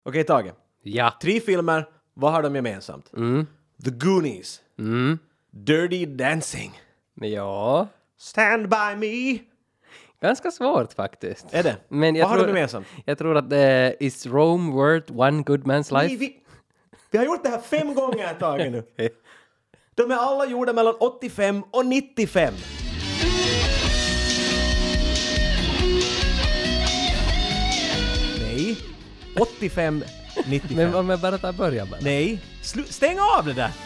Okej, Tage. Ja. 3 filmer, vad har de gemensamt? The Goonies. Dirty Dancing. Ja. Stand by me. Ganska svårt faktiskt. Är det? Men vad har de gemensamt? Jag tror att det är Is Rome worth one good man's life? Vi har gjort det här 5 gånger, Tage, nu. De är alla gjorda mellan 85 och 95. Nej. 85, 95. Men om jag bara tar början bara. Nej. Stäng av det där.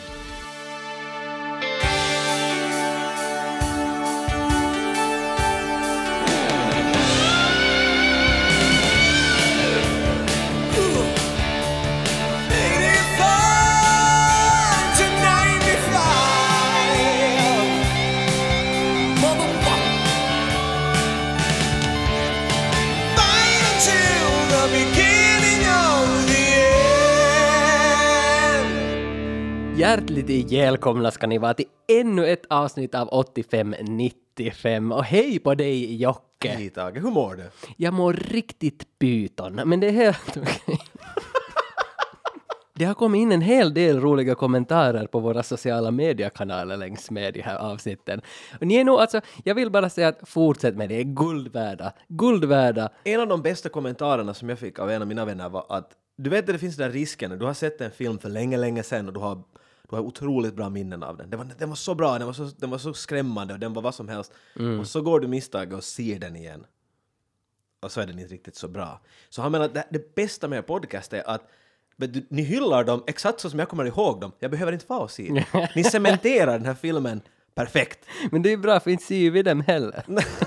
Hjärtligt välkomna ska ni vara till ännu ett avsnitt av 85-95. Och hej på dig, Jocke. Hej, Tage. Hur mår du? Jag mår riktigt pyton, men det är helt okej. Det har kommit in en hel del roliga kommentarer på våra sociala mediekanaler längs med de här avsnitten. Och ni är nog, alltså, jag vill bara säga att fortsätt med det, är guld värda. En av de bästa kommentarerna som jag fick av en av mina vänner var att du vet att det finns den där risken, du har sett en film för länge sedan och du har otroligt bra minnen av den. Den var så bra, den var så skrämmande och den var vad som helst. Och så går du misstag och ser den igen. Och så är den inte riktigt så bra. Så han menar att det bästa med podcast är att ni hyllar dem exakt så som jag kommer ihåg dem. Jag behöver inte få se det. Ni cementerar den här filmen perfekt. Men det är bra, för inte ser vi dem heller.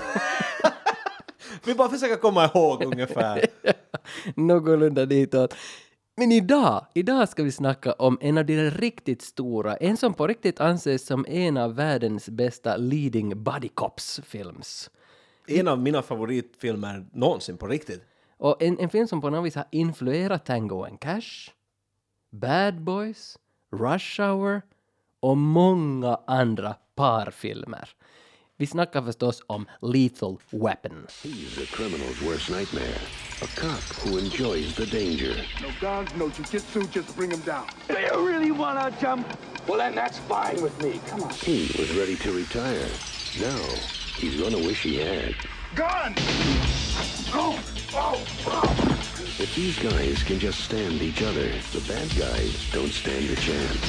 Vi bara försöker komma ihåg ungefär. Någorlunda ditåt. Men idag ska vi snacka om en av de riktigt stora, en som på riktigt anses som en av världens bästa leading body cops films. En av mina favoritfilmer någonsin på riktigt. Och en film som på något vis har influerat Tango and Cash, Bad Boys, Rush Hour och många andra parfilmer. Vi snackar förstås om Lethal Weapon. He's a criminal's worst nightmare. A cop who enjoys the danger. No guns, no jiu-jitsu, just bring him down. Do you really want to jump? Well, then that's fine with me. Come on. He was ready to retire. Now, he's gonna wish he had. Gun! Oh! Oh! Oh! If these guys can just stand each other, the bad guys don't stand a chance.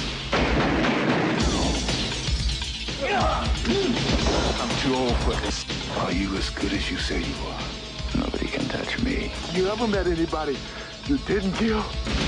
I'm too old for this. Are you as good as you say you are? Nobody can touch me. You ever met anybody you didn't kill?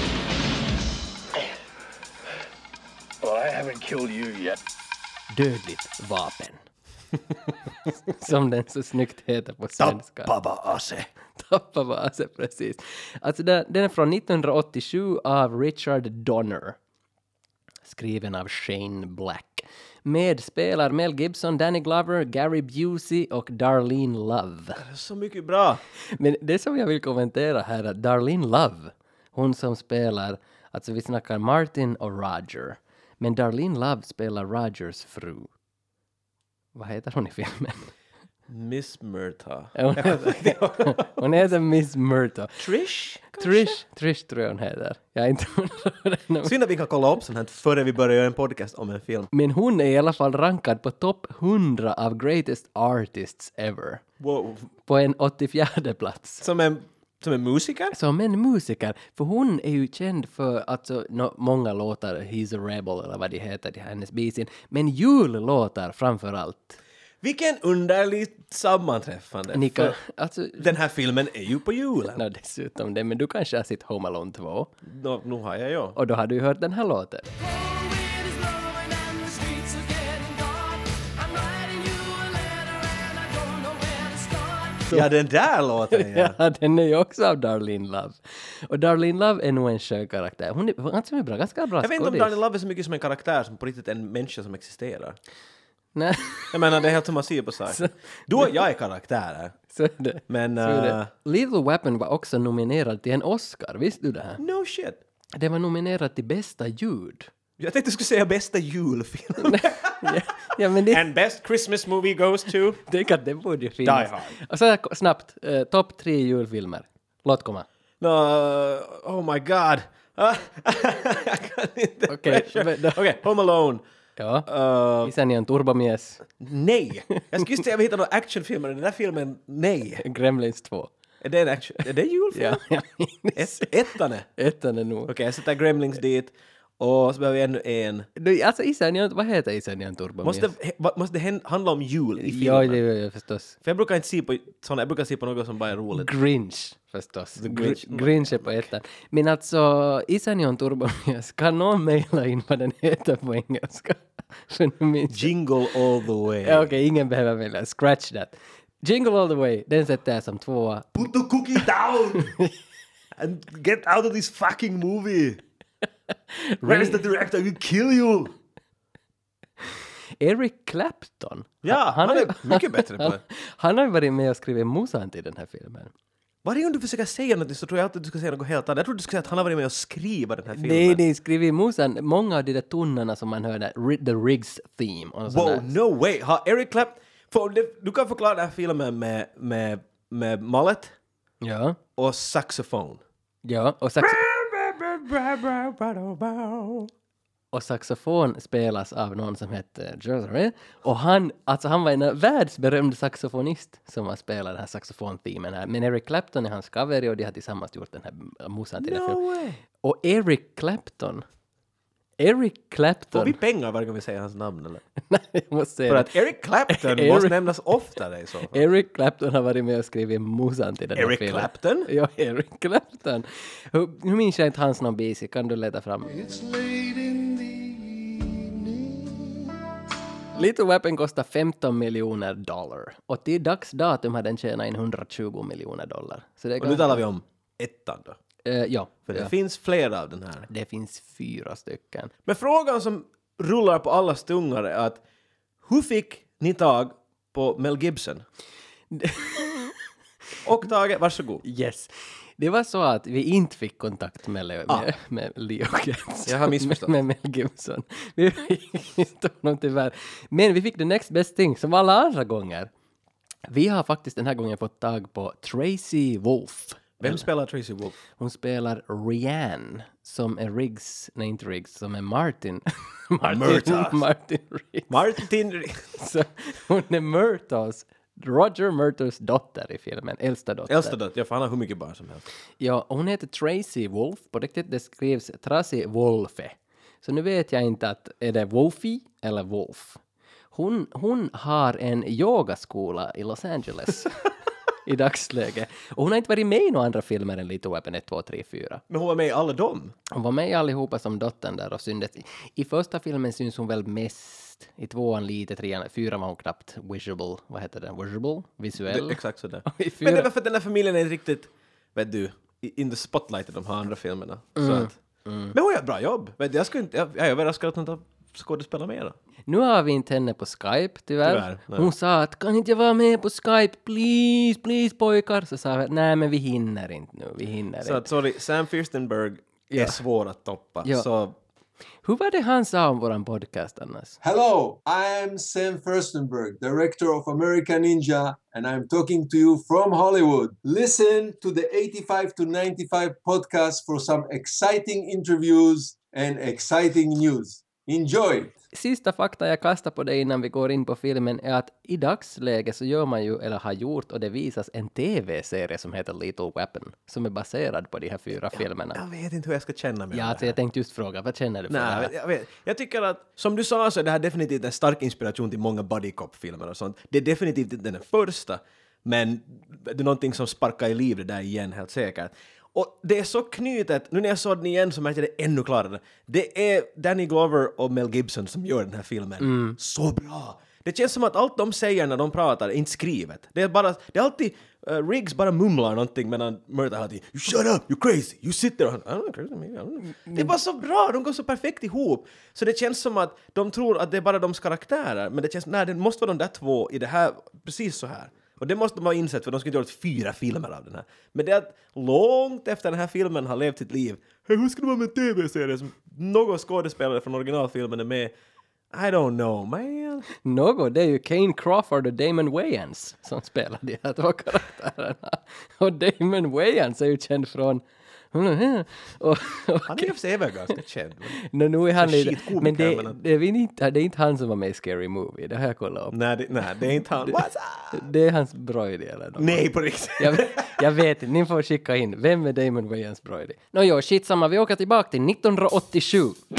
Well, I haven't killed you yet. Dödligt vapen. Som den så snyggt heter på svenska. Tappava-ase. Tappava-ase, precis. Alltså den är från 1987 av Richard Donner. Skriven av Shane Black. Medspelar Mel Gibson, Danny Glover, Gary Busey och Darlene Love. Det är så mycket bra. Men det som jag vill kommentera här är att Darlene Love, hon som spelar, alltså vi snackar Martin och Roger. Men Darlene Love spelar Rogers fru. Vad heter hon i filmen? Miss Murtaugh. Hon heter Miss Murtaugh. Trish Trish tror jag hon heter. Jag är inte synd att vi kan kolla upp sånt här före vi börjar göra en podcast om en film. Men hon är i alla fall rankad på topp 100 av greatest artists ever. Wow. På en 84:e plats. Som en musiker? Som en musiker. För hon är ju känd för alltså, många låtar, He's a Rebel eller vad det heter, hennes bisin. Men jullåtar framför allt. Vilken underligt sammanträffande. Alltså, den här filmen är ju på julen. Dessutom det, men du kanske har sett Home Alone 2. Nu har jag ju. Och då har du hört den här låten. Ja, den där låten, ja. Ja, den är ju också av Darlene Love. Och Darlene Love är nog en skön karaktär. Hon är ganska bra Jag vet inte om Darlene Love är så mycket som en karaktär som på riktigt en människa som existerar. Nej. Jag menar, det är helt som man ser på sig. Du och jag är karaktärer. Så är det. Men, så är det. Lethal Weapon var också nominerad till en Oscar, visste du det här? No shit. Det var nominerad till bästa ljud. Jag tänkte du skulle säga bästa julfilm. Ja, men det... And best Christmas movie goes to... Tänk att det borde ju finnas. Die Hard. Och så snabbt, topp 3 julfilmer. Låt komma. Oh my god. Jag kan inte. Okej. Home Alone. Ja. Gissar ni en turbomies? Nej. Jag skulle säga att vi hittar någon actionfilm. Den där filmen, nej. Gremlins 2. Är det en action? Är det en julfilm? Ja. Ettan är nog. Okej, jag sätter Gremlins dit. Och så behöver vi ännu en. Alltså vad heter Isanian turbomies? Måste det handla om jul i filmen? Ja, det gör förstås. För jag brukar inte se på sådana, jag brukar se på något som bara är roligt. Grinch, förstås. Grinch. Grinch är på ettan. Men alltså, Isanian turbomies, kan någon mejla in vad den heter på engelska? Jingle all the way. Ja, okej, ingen behöver mejla. Scratch that. Jingle all the way, den sätter jag som 2. Put the cookie down! And get out of this fucking movie! Where is the director? I will kill you! Eric Clapton. Ja, han är mycket bättre på det. Han har ju varit med och skrivit musan till den här filmen. Varje gång du försöker säga något så tror jag alltid att du ska säga något helt annat. Jag tror du ska säga att han har varit med och skriva den här filmen. Nej, skrivit musan. Många av de där tonerna som man hör där, The Riggs Theme. Och wow, no way! Har Eric Clapton... Du kan förklara den här filmen med mallet och saxofon. Ja, och saxofon spelas av någon som heter Joseph. Och han var en världsberömd saxofonist som har spelat den här saxofonthemen här. Men Eric Clapton är hans cover och de har tillsammans gjort den här musan till den filmen. Och Eric Clapton. Får vi pengar varje gång vi säger hans namn eller? Nej, jag måste säga för att Eric Clapton måste nämnas oftare i så fall. Eric Clapton har varit med och skrivit musan till den här filmen. Eric Clapton? Ja, Eric Clapton. Nu minns jag inte hans namn basic. Kan du leta fram? Little Weapon kostar $15 miljoner. Och till dagsdatum har den tjänat in $120 miljoner. Så det är och nu talar vi om ettan då? Ja. För det finns flera av den här. Det finns 4 stycken. Men frågan som rullar på alla stungar är att hur fick ni tag på Mel Gibson? Och Tage, varsågod. Yes. Det var så att vi inte fick kontakt med Leo Getz. Jag har missförstått. Med Mel Gibson. Vi fick inte honom tyvärr. Men vi fick the next best thing som alla andra gånger. Vi har faktiskt den här gången fått tag på Tracy Wolf. Vem spelar Tracy Wolf? Hon spelar Rianne som är Riggs, nej inte Riggs, som är Martin Riggs. Så hon är Roger Murtaghs dotter i filmen, äldsta dotter. Ja, för han har hur mycket barn som helst. Ja, hon heter Tracy Wolf. På riktigt det skrivs Tracy Wolfe. Så nu vet jag inte att är det Wolfie eller Wolf. Hon har en yogaskola i Los Angeles. I dagsläget. Och hon har inte varit med i några andra filmer än Little Weapon 1, 2, 3, 4. Men hon var med i alla dem? Hon var med i allihopa som dottern där och syndes. I första filmen syns hon väl mest. I 2:an lite, 3:an, 4 var hon knappt visual. Vad heter det? Visuell? Exakt sådär. Men det var för att den här familjen är riktigt, vet du, in the spotlight i de här andra filmerna. Så att, men hon gör ett bra jobb. Jag är överraskad att hon inte skådespela mer. Nu har vi inte henne på Skype, tyvärr. Nej. Hon sa att kan inte jag vara med på Skype, please pojkar. Så sa vi, nej men vi hinner inte nu, Så att, sorry, Sam Fyrstenberg är svår att toppa. Ja. Så... Hur var det han sa om våran podcast annars? Hello, I'm Sam Furstenberg, director of American Ninja, and I'm talking to you from Hollywood. Listen to the 85 to 95 podcast for some exciting interviews and exciting news. Enjoy! Sista fakta jag kastar på dig innan vi går in på filmen är att i dagsläget så gör man ju, eller har gjort, och det visas en tv-serie som heter Little Weapon, som är baserad på de här 4 filmerna. Jag vet inte hur jag ska känna mig. Ja, alltså jag tänkte just fråga, vad känner du för det här? Jag tycker att, som du sa så är det här definitivt en stark inspiration till många buddy cop-filmer och sånt. Det är definitivt inte den första, men det är någonting som sparkar i liv det där igen, helt säkert. Och det är så knutet, nu när jag såg den igen så märkte jag det ännu klarare. Det är Danny Glover och Mel Gibson som gör den här filmen. Så bra! Det känns som att allt de säger när de pratar är inte skrivet. Det är alltid, Riggs bara mumlar någonting medan Murtagh alltid, you shut up, you're crazy, you sit there. Det är bara så bra, de går så perfekt ihop. Så det känns som att de tror att det är bara deras karaktärer, men det känns, nej, det måste vara de där två i det här, precis så här. Och det måste de ha insett, för de skulle göra 4 filmer av den här. Men det är att långt efter den här filmen har levt sitt liv. Hur ska det vara med en tv-serie som någon skådespelare från originalfilmen är med? I don't know, man. Något, det är ju Kane Crawford och Damon Wayans som spelar de här två karaktärerna. Och Damon Wayans är ju känd från... Han är ju för sig även ganska känd. Nu är han lite... Skitkomiker, Men men- det är inte han som var med i Scary Movie, det har jag kollat upp. Nej, det är inte han. What's up? Det är hans bröd eller något. Nej, på riktigt. Jag vet inte, ni får skicka in. Vem är Damon Wayans bröd? Nåjo, skitsamma, vi åker tillbaka till 1987.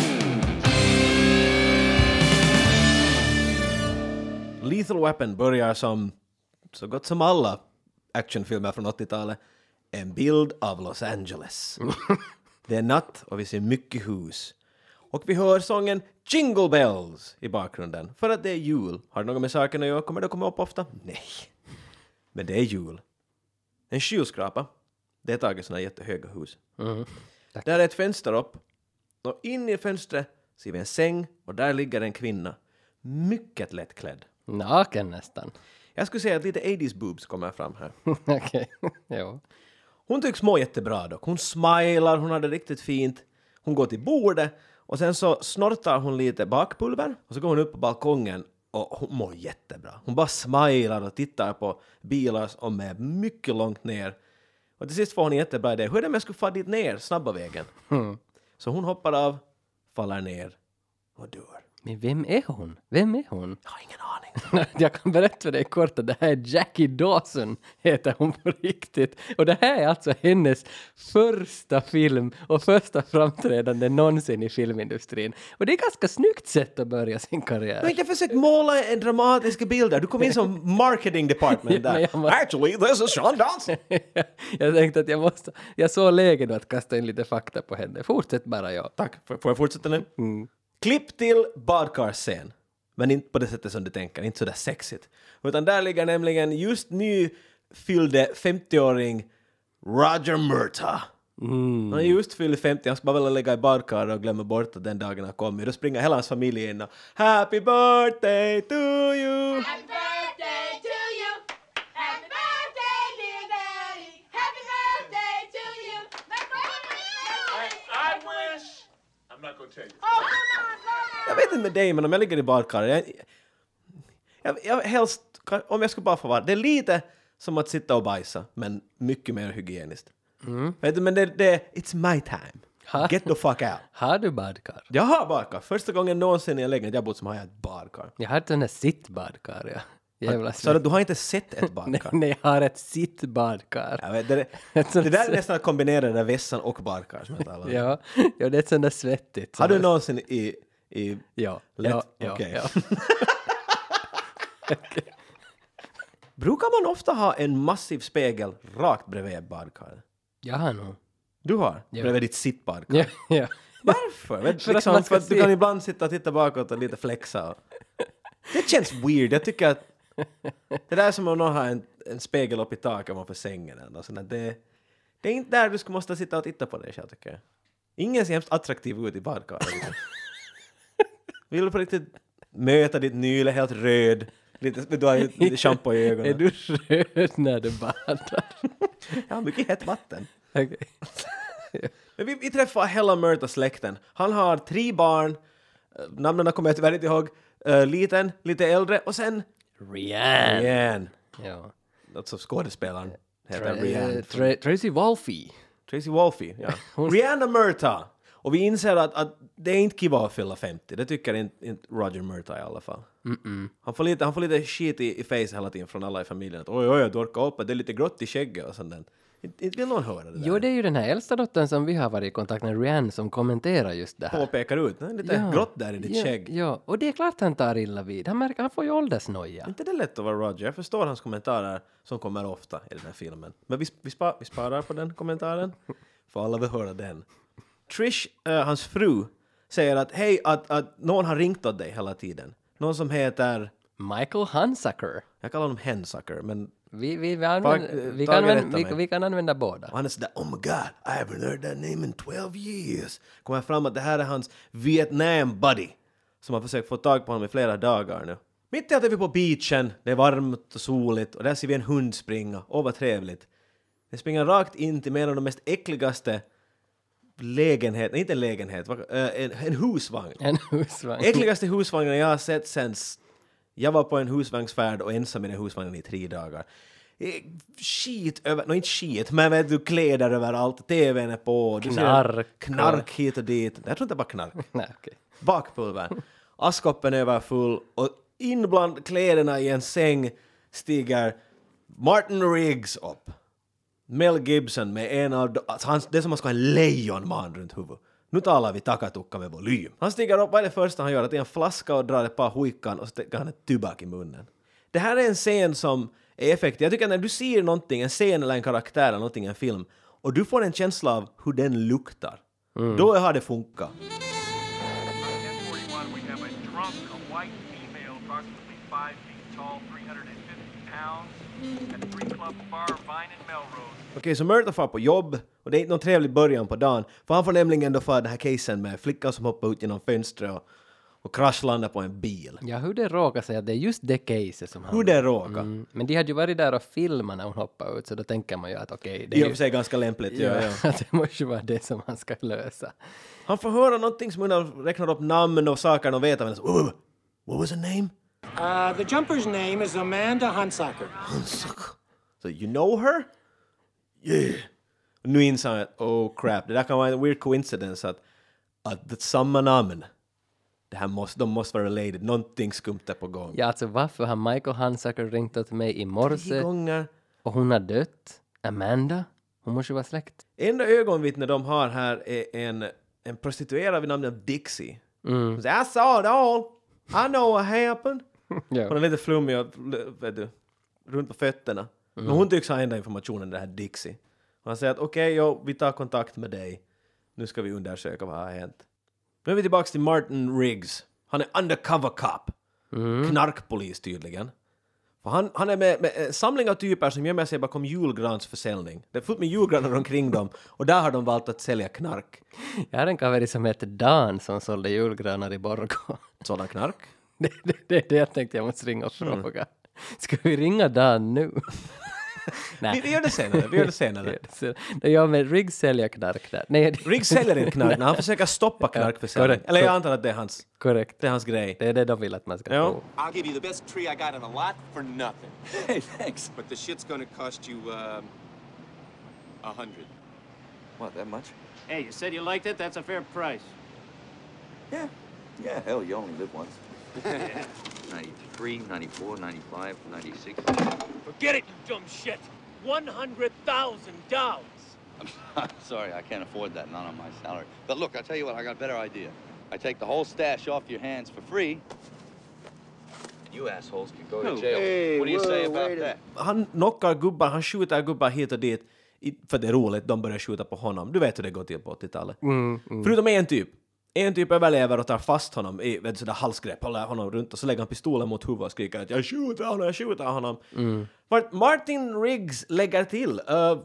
Lethal Weapon börjar som så gott som alla actionfilmer från 80-talet. En bild av Los Angeles. Det är natt och vi ser mycket hus. Och vi hör sången Jingle Bells i bakgrunden. För att det är jul. Har det något med saken att göra? Kommer det komma upp ofta? Nej. Men det är jul. En skyskrapa. Det är taget sådana jättehöga hus. Där är ett fönster upp. Och in i fönstret ser vi en säng. Och där ligger en kvinna. Mycket lättklädd. Naken nästan. Jag skulle säga att lite 80s boobs kommer fram här. Okej, jo. Hon tycks må jättebra dock. Hon smilar, hon har det riktigt fint. Hon går till bordet och sen så snortar hon lite bakpulver. Och så går hon upp på balkongen och hon mår jättebra. Hon bara smilar och tittar på bilar som är mycket långt ner. Och till sist får hon en jättebra idé. Hur är det om jag skulle få dit ner snabba vägen? Så hon hoppar av, faller ner och dör. Men vem är hon? Vem är hon? Jag har ingen aning. Jag kan berätta för dig kort att det här är Jackie Dawson, heter hon på riktigt. Och det här är alltså hennes första film och första framträdande någonsin i filmindustrin. Och det är ett ganska snyggt sätt att börja sin karriär. Du har inte försökt måla en dramatisk bild där. Du kom in som marketing department där. Ja, men jag Actually, this is Sean Dawson. Jag tänkte att jag såg läge då att kasta in lite fakta på henne. Fortsätt bara, ja. Tack. Får jag fortsätta nu? Klipp till badkarscen. Men inte på det sättet som du tänker. Inte så där sexigt. Utan där ligger nämligen just nyfyllde 50-åring Roger Murtaugh. Han är just fylld 50. Han ska bara väl lägga i badkar och glömma bort att den dagen har kommit. Då springer hela hans familj in och Happy birthday to you! Happy birthday to you. Happy birthday, dear Daddy. Happy birthday to you. I wish. I'm not gonna tell you. Oh, come on, come on. Jag vet inte med dig, men om jag ligger i badkaret, jag helst, om jag skulle bara få vara, det är lite som att sitta och bajsa, men mycket mer hygieniskt. Vet du, men it's my time. Get the fuck out. Har du badkar? Jag har badkar. Första gången någonsin i en lägenhet jag bott som har jag ett badkar. Jag har ett sånt här sittbadkar, ja. Jävla Så du har inte sett ett badkar? Nej, jag har ett sittbadkar. Jag vet, det där är nästan att kombinera den där vässan och badkar som jag talar om. Ja, det är ett sånt där svettigt. Har du någonsin i Ja. Okej. Ja. Brukar man ofta ha en massiv spegel rakt bredvid badkaret? Jag har nog. Du har? Ja. Bredvid ditt sittbadkar? Ja, ja. Varför? För att man ska för att du se. kan ibland sitta och titta bakåt och lite flexa. Det känns weird. Jag tycker att det där är som om någon har en spegel upp i taket ovanför sängen. Eller något sånt. Det är inte där du måste sitta och titta på dig själv, tycker jag. Ingen ser hemskt attraktiv ut i badkaret. Vill du på riktigt möta ditt nyle helt röd? Du har lite shampoo i ögonen. Är du röd när du badar? Jag har mycket hett vatten. Okej. Men vi träffar hela Murtaugh-släkten. Han har 3 barn. Namnen kommer jag tyvärr inte ihåg. Liten, lite äldre. Och sen Rihanna. Rihanna. Ja. Alltså skådespelaren heter Rihanna. Tracy Wolfe. Tracy Wolfe, ja. Rihanna Murtaugh. Och vi inser att det är inte kiva att fylla 50. Det tycker inte Roger Murtaugh i alla fall. Han får lite shit i face hela tiden från alla i familjen. Att oj, jag dorkar upp. Det är lite grått i skägget och sånt. Inte vill någon höra det där. Jo, det är ju den här äldsta dottern som vi har varit i kontakt med, Rihanna, som kommenterar just det här. Påpekar ut. Lite grått där i ditt skägg. Ja, och det är klart han tar illa vid. Han får ju åldersnoja. Inte det lätt att vara Roger. Jag förstår hans kommentarer som kommer ofta i den här filmen. Men vi sparar på den kommentaren. För alla vill höra den. Trish, hans fru, säger att hej, att någon har ringt åt dig hela tiden. Någon som heter... Michael Hunsaker. Jag kallar honom Hensucker, men... Vi kan använda båda. Och han är sådär, oh my god, I haven't heard that name in 12 years. Kommer fram att det här är hans Vietnam buddy. Som har försökt få tag på honom i flera dagar nu. Mitt i allt är vi på beachen, det är varmt och soligt. Och där ser vi en hund springa, åh vad trevligt. Den springer rakt in till en av de mest äckligaste lägenhet, inte en lägenhet, en husvagn. En husvagn. Äckligaste husvagnen jag har sett sen jag var på en husvagnsfärd och ensam i den husvagnen i 3 dagar. Skit över, inte skit, men vet du, kläder överallt, tvn är på. Du ser knark hit och dit. Jag tror inte bara knark. Nej, okej. Bakpulver. Askkoppen är överfull och in bland kläderna i en säng stiger Martin Riggs upp. Mel Gibson med en av det är som man ska ha en lejonman runt huvudet. Nu talar vi takatukka med volym. Han stiger upp, vad är det första han gör? Att det är en flaska och drar ett par huikan och så sticker han ett tobak i munnen. Det här är en scen som är effektiv. Jag tycker att när du ser någonting, en scen eller en karaktär eller någonting i en film och du får en känsla av hur den luktar, då har det funkat. Okej, så Murtaugh far på jobb och det är inte någon trevlig början på dagen, för han får nämligen då för den här casen med flickan som hoppar ut genom fönstret och kraschlandar på en bil. Ja, hur det råkar sig att det är just det caset som han... Hur det råkar. Men de hade ju varit där och filmat när hon hoppade ut, så då tänker man ju att okej, det är I och för sig ganska lämpligt. Ja. att det måste ju vara det som han ska lösa. Han får höra någonting som hon räknar upp namn och saker och veta. Men så, what was her name? The jumper's name is Amanda Hunsaker. So you know her? Yeah. Och nu inser han att, oh crap, det där kan vara en weird coincidence att det är samma namn. Det här de måste vara related. Någonting skumt är på gång. Ja, alltså varför har Michael Hunsaker ringt åt mig i morse? 10 gånger. Och hon har dött? Amanda? Hon måste ju vara släkt. Enda ögonvittne de har här är en prostituerad vid namn Dixie. Hon säger, I saw it all. I know what happened. Ja. Hon är lite flummig och vet du, runt på fötterna. Men hon tycks ha enda informationen, det här Dixie. Och han säger att okej, vi tar kontakt med dig. Nu ska vi undersöka vad har hänt. Nu är vi tillbaka till Martin Riggs. Han är undercover cop. Knarkpolis tydligen. För han är med en samling av typer som gömmer sig bakom julgransförsäljning. Det är fullt med julgranar omkring dem. Och där har de valt att sälja knark. Jag har en kaveri som heter Dan som sålde julgranar i Borgå. Sådan knark? Det är det jag tänkte jag måste ringa och fråga. Ska vi ringa Dan nu? Nej. Vi gör det senare. Ja, men Riggs säljer knark där. Nej, Riggs säljer inte knark när han försöker stoppa knarkförsäljning. Eller jag antar att det är hans. Korrekt. Det är hans grej. Det är det de vill att man ska Ja. få. I'll give you the best tree I got in a lot for nothing. Hey, thanks. But the shit's gonna cost you, 100. What, that much? Hey, you said you liked it? That's a fair price. Yeah, hell, you only live once. 93, 94, 95, 96. Forget it, you dumb shit. $100,000. I'm sorry, I can't afford that, not on my salary. But look, I'll tell you what, I got a better idea. I take the whole stash off your hands for free. And you assholes can go to jail. Hey, what do you say about that? Han knockar gubbar, han skjuter gubbar hit och dit. För det är roligt, de börjar skjuta på honom. Du vet hur det går till på 80-talet. Förutom en typ. En typ överlever och tar fast honom i sådär halsgrepp, håller honom runt och så lägger han pistolen mot huvudet och skriker att jag skjuter honom. Martin Riggs lägger till,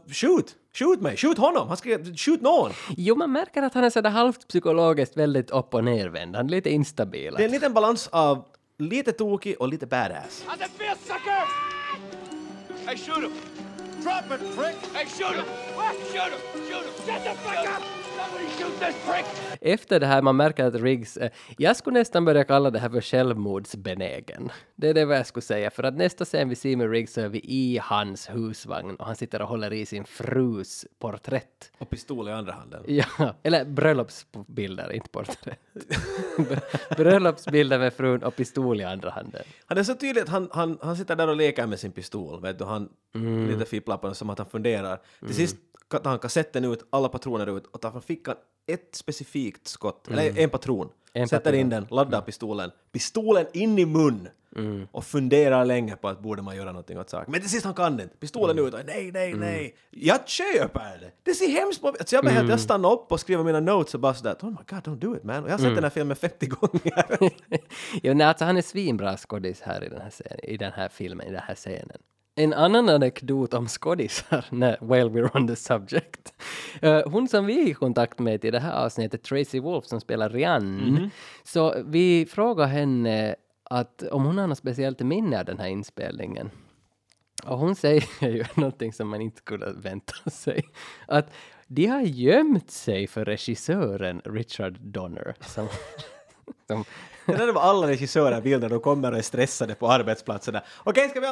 shoot honom, han skriker, shoot någon. Jo, man märker att han är sådär halvt psykologiskt väldigt upp- och nervänd. Han är lite instabil. Det är en liten balans av lite tokig och lite badass. How's it feel, sucker? Hey, shoot him! Drop it, prick. Hey, shoot him! What? Shoot him! Shoot him! Get the fuck up! Somebody shoot this prick! Efter det här man märker att Riggs, jag skulle nästan börja kalla det här för självmordsbenägen. Det är det vad jag skulle säga, för att nästa scen vi ser med Riggs så är vi i hans husvagn och han sitter och håller i sin frus porträtt. Och pistol i andra handen. Ja, eller bröllopsbilder, inte porträtt. Bröllopsbilder med frun och pistol i andra handen. Han är så tydligt att han sitter där och leker med sin pistol, vet du, han lite fipplar på den som att han funderar. Till sist tar han kassetten ut, alla patroner ut och tar från fickan ett specifikt skott, eller en patron. Sätter in den, laddar pistolen in i mun och funderar länge på att borde man göra någonting åt saken. Men till sist han kan det inte. Pistolen ut och nej. Jag köper det. Det ser hemskt på. Så jag stannar upp och skriver mina notes och bara sådär, oh my god, don't do it man. Och jag har sett den här filmen 50 gånger. Jo, nej, alltså han är svinbra skådis här i den här filmen, i den här scenen. En annan anekdot om skådisar, while we're on the subject. Hon som vi är i kontakt med i det här avsnittet, Tracy Wolf, som spelar Rianne. Så vi frågar henne att om hon har något speciellt minne av den här inspelningen. Och hon säger ju någonting som man inte skulle vänta sig. Att De har gömt sig för regissören Richard Donner. Det där var alla regissörer vill när de kommer och är stressade på arbetsplatsen. Okej, ska vi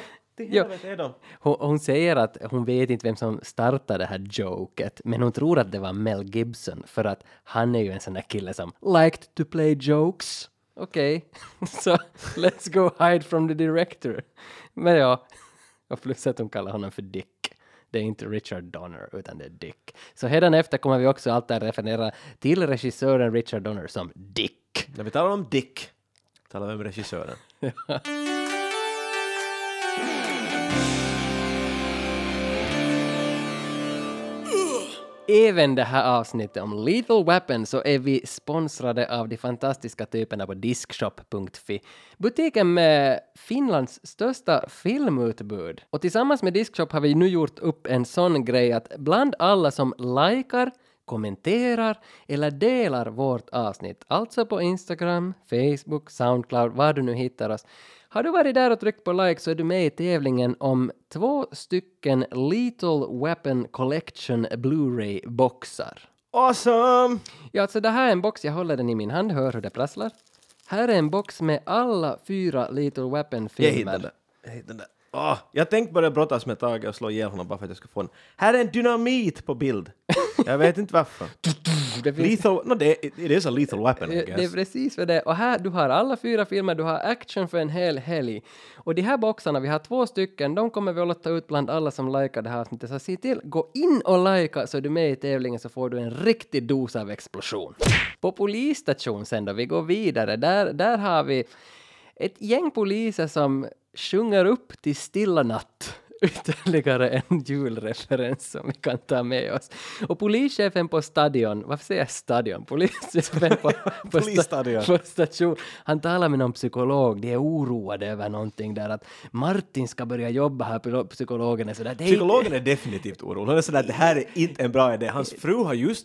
hon säger att hon vet inte vem som startade det här joket, men hon tror att det var Mel Gibson, för att han är ju en sån där kille som liked to play jokes. Okej, så let's go hide from the director. Men ja, och plus att hon kallar honom för Dick. Det är inte Richard Donner utan det är Dick. Så hädan efter kommer vi också alltid referera till regissören Richard Donner som Dick. När vi talar om Dick talar vi om regissören. Även det här avsnittet om Lethal Weapon så är vi sponsrade av de fantastiska typerna på Diskshop.fi. Butiken med Finlands största filmutbud. Och tillsammans med Diskshop har vi nu gjort upp en sån grej att bland alla som likar, kommenterar eller delar vårt avsnitt, alltså på Instagram, Facebook, Soundcloud, var du nu hittar oss. Har du varit där och tryckt på like så är du med i tävlingen om 2 stycken Lethal Weapon Collection Blu-ray-boxar. Awesome! Ja, alltså det här är en box, jag håller den i min hand, hör hur det prasslar. Här är en box med alla 4 Lethal Weapon-filmer. Jag hittade den. Jag tänkte börja brottas med Tage och slå ihjäl honom bara för att jag ska få den. Här är en dynamit på bild. Jag vet inte varför. Lethal, det är så Lethal Weapon, I guess. Det är precis för det. Och här, du har alla 4 filmer, du har action för en hel helg. Och de här boxarna, vi har 2 stycken, de kommer vi att låta ut bland alla som likar det här avsnittet. Så se till, gå in och lika så är du med i tävlingen så får du en riktig dos av explosion. På polisstation sen då, vi går vidare. Där har vi ett gäng poliser som sjunger upp till Stilla natt. Ytterligare en julreferens som vi kan ta med oss. Och polischefen på stadion, varför säger jag stadion? Polischefen på station, han talar med någon psykolog, de är oroade över någonting där att Martin ska börja jobba här, psykologen är sådär. Psykologen är definitivt orolig, hon är sådär, det här är inte en bra idé. Hans frun har just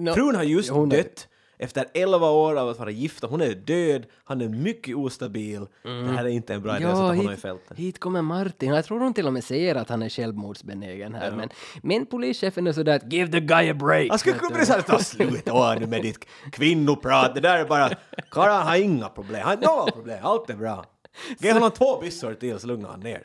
dött. Efter 11 år av att vara gifta, hon är död, han är mycket ostabil. Det här är inte en bra idé att sätta honom i fältet. Hit kommer Martin. Jag tror hon till och med säger att han är självmordsbenägen här. Ja. Men polischefen är sådär att give the guy a break. Han skulle kunna säga ta slut nu med ditt kvinnoprat. Det där är bara, Karan har inga problem. Han har inga problem, allt är bra. Ge honom 2 byssor till så lugnar han ner.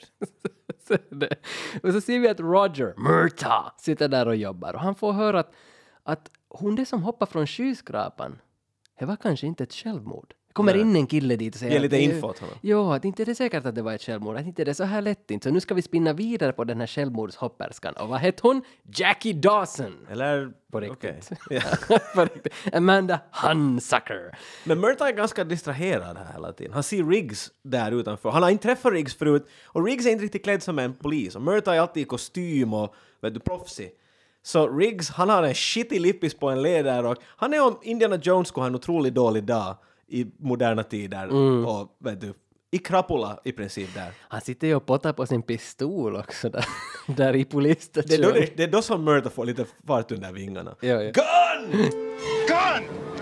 Och så ser vi att Roger, Murta, sitter där och jobbar. Och han får höra att hon det som hoppar från skyskrapan, det var kanske inte ett självmord. kommer in en kille dit och säger... Ge lite info åt honom. Ja, att inte är det säkert att det var ett självmord. Att inte det är så här lätt inte. Så nu ska vi spinna vidare på den här självmordshopperskan. Och vad heter hon? Jackie Dawson. Eller... På riktigt. Okay. På riktigt. Amanda Hunsucker. Men Murta är ganska distraherad här hela tiden. Han ser Riggs där utanför. Han har inte träffat Riggs förut. Och Riggs är inte riktigt klädd som en polis. Och Murta är alltid i kostym och proffsig. Så Riggs, han har en shitty lippis på en läderrock. Han är om Indiana Jones skulle ha en otroligt dålig dag i moderna tider. Och i krapula i princip där. Han sitter ju och pottar på sin pistol också där i polisstationen. Det är då som Murta får lite fart under vingarna. Ja. Gun! Gun!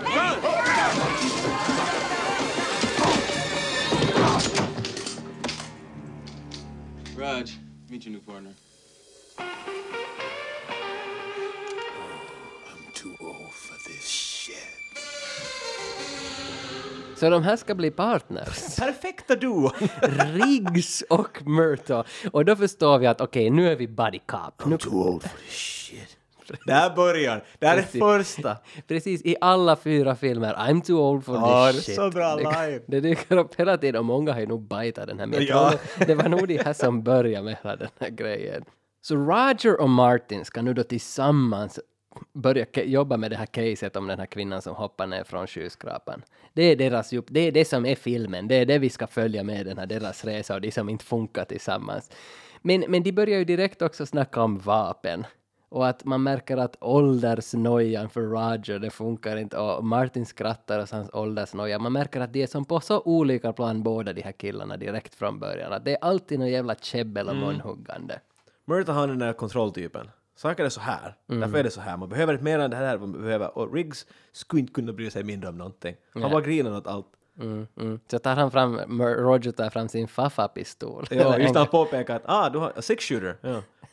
Raj, meet your new partner. Så de här ska bli partners. Perfekta duo. Riggs och Murta. Och då förstår vi att okej, nu är vi buddy cop. I'm too old for this shit. Där börjar. Det här är första. Precis, i alla 4 filmer. I'm too old for this shit. Det är så bra live. Det dyker upp hela tiden och många har ju nog bajtat den här. Men det var nog det här som började med hela den här grejen. Så Roger och Martin ska nu då tillsammans börja jobba med det här caset om den här kvinnan som hoppar ner från skyskrapan. Det är deras jobb, det är det som är filmen. Det är det vi ska följa med den här deras resa och de som inte funkar tillsammans. Men de börjar ju direkt också snacka om vapen. Och att man märker att åldersnojan för Roger, det funkar inte. Och Martin skrattar och hans åldersnoja. Man märker att det är som på så olika plan båda de här killarna direkt från början. Att det är alltid någon jävla käbbel och munhuggande. Murta har den där kontrolltypen. Saker är så här. Därför är det så här. Man behöver inte mer än det här. Man behöver. Och Riggs skulle inte kunna bry sig mindre om någonting. Han bara grinar åt allt. Så tar han Roger tar fram sin Fafa-pistol. Ja, just han påpekar att du har a 6-shooter. Ja.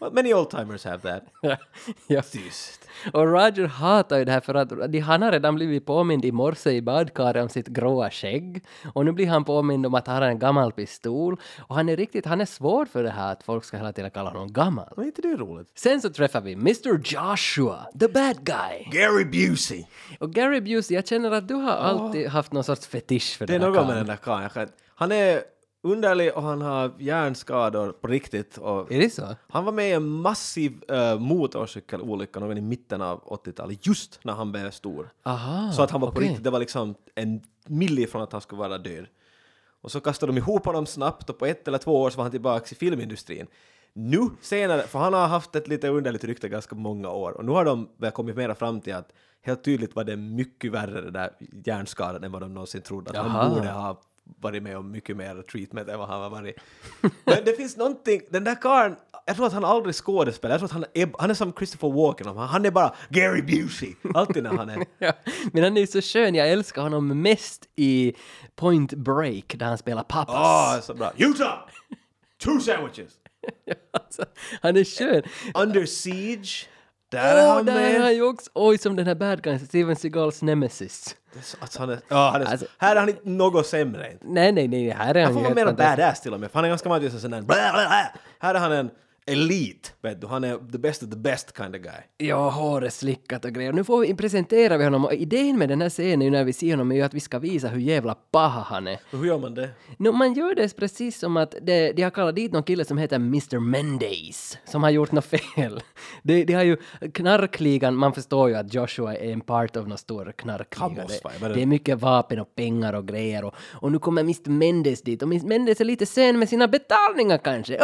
Many old-timers have that. Ja. Tyst. Och Roger hatar ju det här för att han har redan blivit påmind i morse i badkaret om sitt gråa skägg. Och nu blir han påmind om att han har en gammal pistol. Och han är svår för det här att folk ska hela tiden kalla honom gammal. Men inte det är roligt. Sen så träffar vi Mr. Joshua, the bad guy. Gary Busey. Och Gary Busey, jag känner att du har alltid haft någon sorts fetisch för Det är den här något med den där karln. Han är underlig och han har hjärnskador på riktigt. Och Är det så? han var med i en massiv motorcykelolycka någon i mitten av 80-talet, just när han blev stor. Aha, så att han var på okej. riktigt, det var liksom en milli från att han skulle vara död. Och så kastade de ihop honom snabbt och på 1 eller 2 år så var han tillbaka i filmindustrin. Nu senare, för han har haft ett lite underligt rykte ganska många år och nu har de väl kommit mera fram till att helt tydligt var det mycket värre det där hjärnskadan än vad de någonsin trodde. Att han borde ha varit med om mycket mer treatment än vad han har varit. Men det finns någonting, den där karln, jag tror att han aldrig skådespelar, jag tror att han är som Christopher Walken, han är bara Gary Busey, alltid när han är. Ja, men han är så skön, jag älskar honom mest i Point Break där han spelar pappas. Så bra. Utah! 2 sandwiches! Alltså, han är skön. Under Siege, där är han där med. är han ju också, som den här bad guyn, Steven Seagals nemesis. Alltså, han är, alltså, här är han inte något sämre. Inte. Nej, här är han får ju vara mer helt badass till och med. För han är ganska vanligt sån där. Här är han en elit, vet du. Han är the best of the best kind of guy. Ja, håret slickat och grejer. Nu får vi presentera vi honom. Och idén med den här scenen när vi ser honom är ju att vi ska visa hur jävla paha han är. Hur gör man det? Man gör det precis som att de har kallat dit någon kille som heter Mr. Mendes som har gjort något fel. De har ju knarkligan, man förstår ju att Joshua är en part av någon stor knarkliga. Det är mycket vapen och pengar och grejer. Och nu kommer Mr. Mendes dit. Och Mr. Mendes är lite sen med sina betalningar kanske.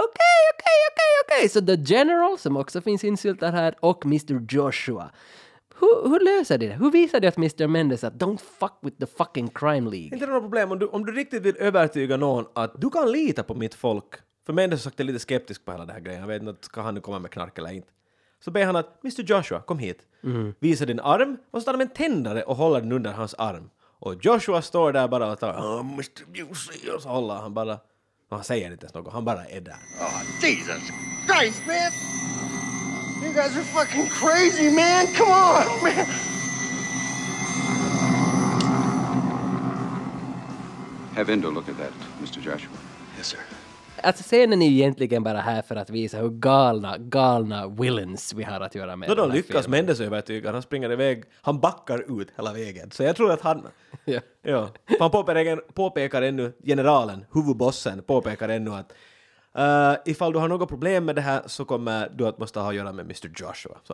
Okej. Så The General som också finns insyltad här och Mr. Joshua. Hur löser det? Hur visar det att Mr. Mendes att don't fuck with the fucking crime league? Inte något problem. Om du riktigt vill övertyga någon att du kan lita på mitt folk. För Mendes har sagt är lite skeptisk på hela det här grejen. Jag vet inte, ska han nu komma med knark eller inte. Så ber han att Mr. Joshua, kom hit. Visa din arm och så tar de en tändare och håller den under hans arm. Och Joshua står där bara och tar Mr. Busey och så håller han bara. Och han säger inte ens något, han bara är där. Oh, Jesus Christ, man! You guys are fucking crazy, man! Come on, man! Have Endo look at that, Mr. Joshua. Yes, sir. Alltså scenen är ju egentligen bara här för att visa hur galna villains vi har att göra med. Då de lyckas Mendes övertyga, han springer iväg, han backar ut hela vägen. Så jag tror att han... ja. Han påpekar ännu, generalen, huvudbossen, påpekar ännu att ifall du har något problem med det här så kommer du att måste ha att göra med Mr. Joshua. Så,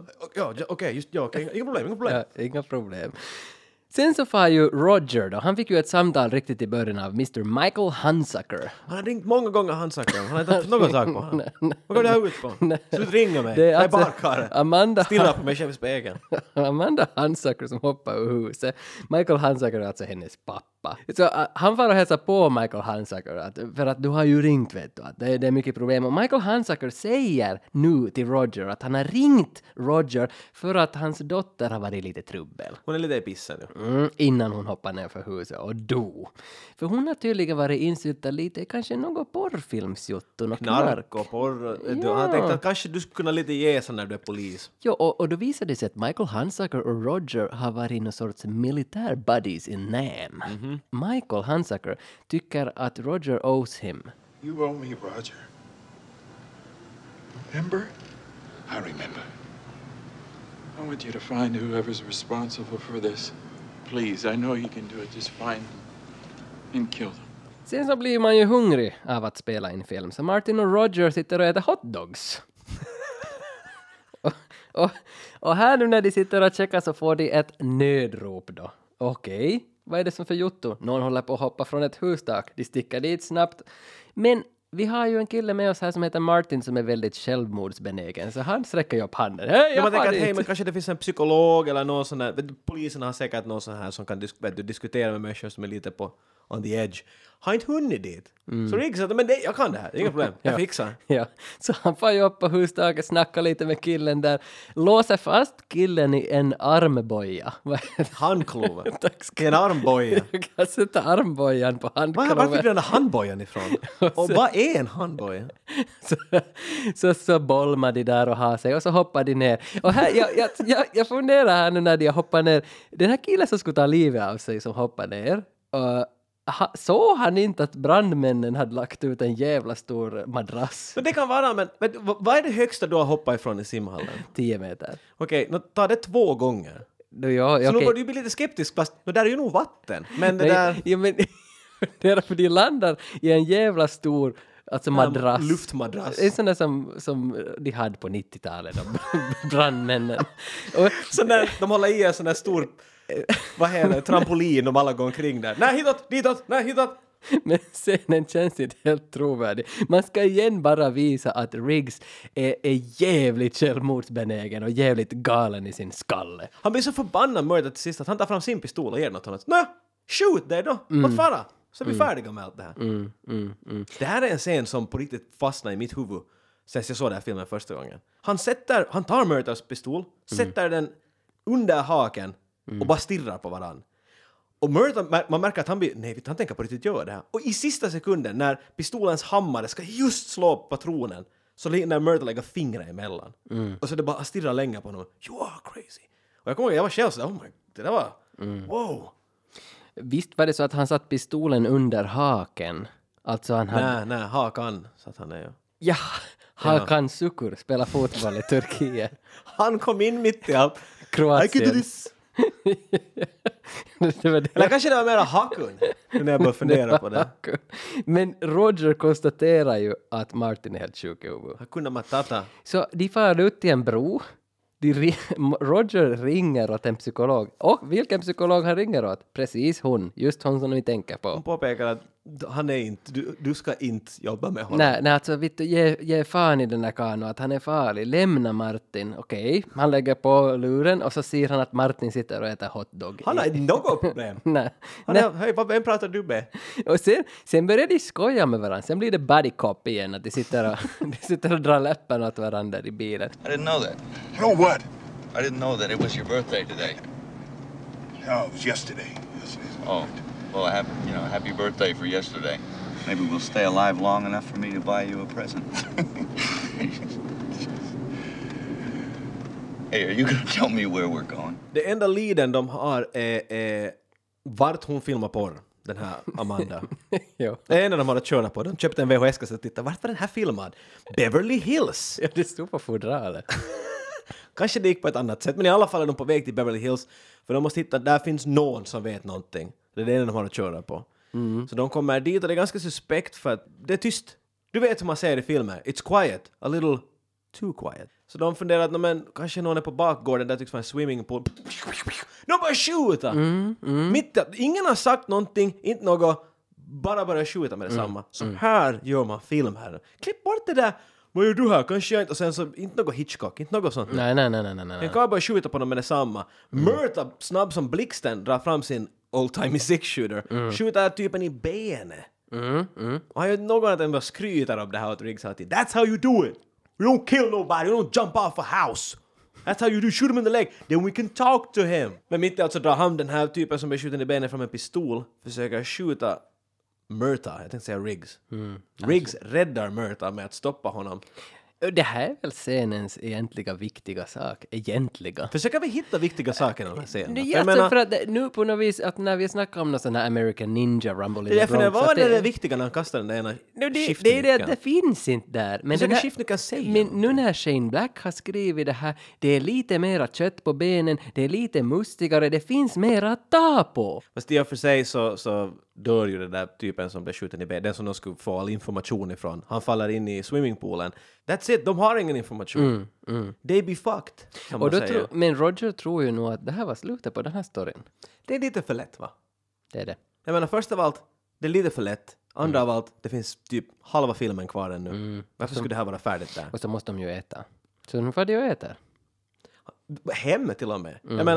Inga problem. Sen så får ju Roger då, han fick ju ett samtal riktigt i början av Mr. Michael Hunsaker. Han har ringt många gånger Hunsaker, han har inte haft någon sak på honom. Vad går det här ut på? Slut ringa mig, Det är jag är alltså barkare. Stilla på mig själv i spegeln. Amanda Hunsaker som hoppar ur huset. Michael Hunsaker är alltså hennes pappa. Så han får hälsa på Michael Hunsaker för att du har ju ringt, vet du, att det är mycket problem. Och Michael Hunsaker säger nu till Roger att han har ringt Roger för att hans dotter har varit lite trubbel. Hon är lite i pissen nu. Innan hon hoppar ner för huset och dog. För hon har tydligen varit insyltad lite, kanske något porrfilmsjutton och knark. Och porr. Ja. Han tänkte att kanske du skulle kunna lite ge så när du är polis. Jo, och då visade det sig att Michael Hunsaker och Roger har varit någon sorts militär buddies i Nam. Michael Hunsaker tycker att Roger owes him. You owe me, Roger. Remember? I remember. I want you to find whoever's responsible for this. Please, I know you can do it. Just find them and kill them. Sen så blir man ju hungrig av att spela in film. Så Martin och Roger sitter och äter hotdogs. och här nu när de sitter och checkar så får de ett nödrop då. Okej, vad är det som för jotto? Någon håller på att hoppa från ett hustak. De sticker dit snabbt. Men vi har ju en kille med oss här som heter Martin som är väldigt självmordsbenägen. Så han sträcker ju upp handen. Hej, man tänker att men kanske det finns en psykolog eller någon sån där. Polisen har säkert någon sån här som kan diskutera med människor som är lite på on the edge. Har inte hunnit dit. Så Riggs sa, men jag kan det här, inga problem, jag fixar. Ja, så han får ju upp på hustaket, snackar lite med killen där, låser fast killen i en armboja. Handkloven. En armboja. Jag kan sätta armbojan på handkloven. Var fick du den där handbojan ifrån? Och vad är en handboja? Så bolmar de där och har sig och så hoppar de ner. Och här, jag funderar här nu när de hoppar ner. Den här killen som skulle ta livet av sig som hoppar ner. Såg han inte att brandmännen hade lagt ut en jävla stor madrass? Men det kan vara, men vad är det högsta du har hoppat ifrån i simhallen? 10 meter. Okej, nu tar det 2 gånger. Så nu borde du bli lite skeptisk, fast det där är ju nog vatten. Men det där... Ja, men det är för de landar i en jävla stor madrass. Luftmadrass. En sån där som de hade på 90-talet, brandmännen. Och så där, de håller i en sån där stor... vad heter det? Trampolin och alla går omkring där. Nej, hitåt, ditåt, nej, hitåt. Men scenen känns inte helt trovärdig. Man ska igen bara visa att Riggs är jävligt självmordsbenägen och jävligt galen i sin skalle. Han blir så förbannad mördad till sist att han tar fram sin pistol och ger något annat. Nej, shoot det då, låt fara. Så är vi färdiga med allt det här. Det här är en scen som på riktigt fastnar i mitt huvud sen jag såg den här filmen första gången. Han tar Murtaghs pistol, sätter den under haken och bara stirrar på varann. Och Murtagh, man märker att han tänker på riktigt göra det här. Och i sista sekunden när pistolens hammare ska just slå patronen så när Murtagh lägger fingrar emellan. Och så det bara stirrar länge på honom. You are crazy. Och jag kommer ihåg, jag var själv så det där var wow. Visst var det så att han satt pistolen under haken? Alltså han hade... Nej, hakan satt han där. Ja, Hakan Sukur spelar fotboll i Turkiet. Han kom in mitt i allt. Kroatien. I could do this. Eller kanske det var mera Hakun när jag började fundera på det. Men Roger konstaterar ju att Martin är helt sjuk i huvudet. Hakuna Matata. Så de far ut till en bro. Roger ringer åt en psykolog. Och vilken psykolog han ringer åt? Precis hon. Just hon som vi tänker på. Hon påpekar att han är inte, du ska inte jobba med honom. Nej, alltså vet du, ge fan i den där karln att han är farlig. Lämna Martin. Okej. Han lägger på luren och så ser han att Martin sitter och äter hotdog. Han har något problem. Nej. Hej, vem pratar du med? Och sen börjar de skoja med varandra. Sen blir det buddy cop igen. Att de sitter och drar läppen åt varandra i bilen. I didn't know that. Know what? I didn't know that it was your birthday today. No, it was yesterday. Oh, well, happy birthday for yesterday. Maybe we'll stay alive long enough for me to buy you a present. Hey, are you gonna tell me where we're going? Det enda leaden de har är vart hon filmar porr, den här Amanda. Jo. Det är en av de har att köra på. De köpte en VHS-kassett och tittade. Vart var den här filmad? Beverly Hills. Ja, det stod på fodralet. Kanske det gick på ett annat sätt, men i alla fall är de på väg till Beverly Hills. För de måste hitta, där finns någon som vet någonting. Det är det de har att köra på. Så de kommer dit och det är ganska suspekt för att det är tyst. Du vet hur man säger i filmer. It's quiet. A little too quiet. Så de funderar att men, kanske någon är på bakgården där tycks vara en swimmingpool. De bara skjuta! Ingen har sagt någonting, inte något. Bara börja skjuta med detsamma. Så här gör man film här. Klipp bort det där. Vad gör du här? Kanske jag inte. Och sen så, inte något Hitchcock, inte något sånt. Nej. Jag kan bara skjuta på dem med detsamma. Murtagh, snabb som blixten, drar fram sin old-timey six-shooter. Skjuter typen i benet. Och han gör någon att den bara skryter om det här åt Riggs alltid. That's how you do it. We don't kill nobody. We don't jump off a house. That's how you do. Shoot him in the leg. Then we can talk to him. Men mitt i alltså drar han den här typen som blir skjuten i benet från en pistol. Försöker skjuta Murtagh. Jag tänkte säga Riggs. Riggs räddar Murtagh med att stoppa honom. Det här är väl scenens egentliga viktiga sak. Egentliga. Försöker vi hitta viktiga saker i den här scenen? Ja, menar, för att nu på något vis att när vi snackar om någon sån här American Ninja Rumble det är därför vad var det viktiga när han kastar den ena skiftnyckeln? Det är det att det finns inte där. Men det skiftnyckeln säger. Men nu när Shane Black har skrivit det här, det är lite mera kött på benen, det är lite mustigare, det finns mera att ta på. Fast i och för sig så dör ju den där typen som blir skjuten i benet, den som de skulle få all information ifrån. Han faller in i swimmingpoolen. That's it, de har ingen information. They be fucked, som och man då säger. Men Roger tror ju nog att det här var slutet på den här storyn. Det är lite för lätt, va? Det är det. Jag menar, först av allt, det är lite för lätt. Andra av allt, det finns typ halva filmen kvar ännu. Varför skulle det här vara färdigt där? Och så måste de ju äta. Så nu får de ju äta. Hemmet till och med. Jag menar,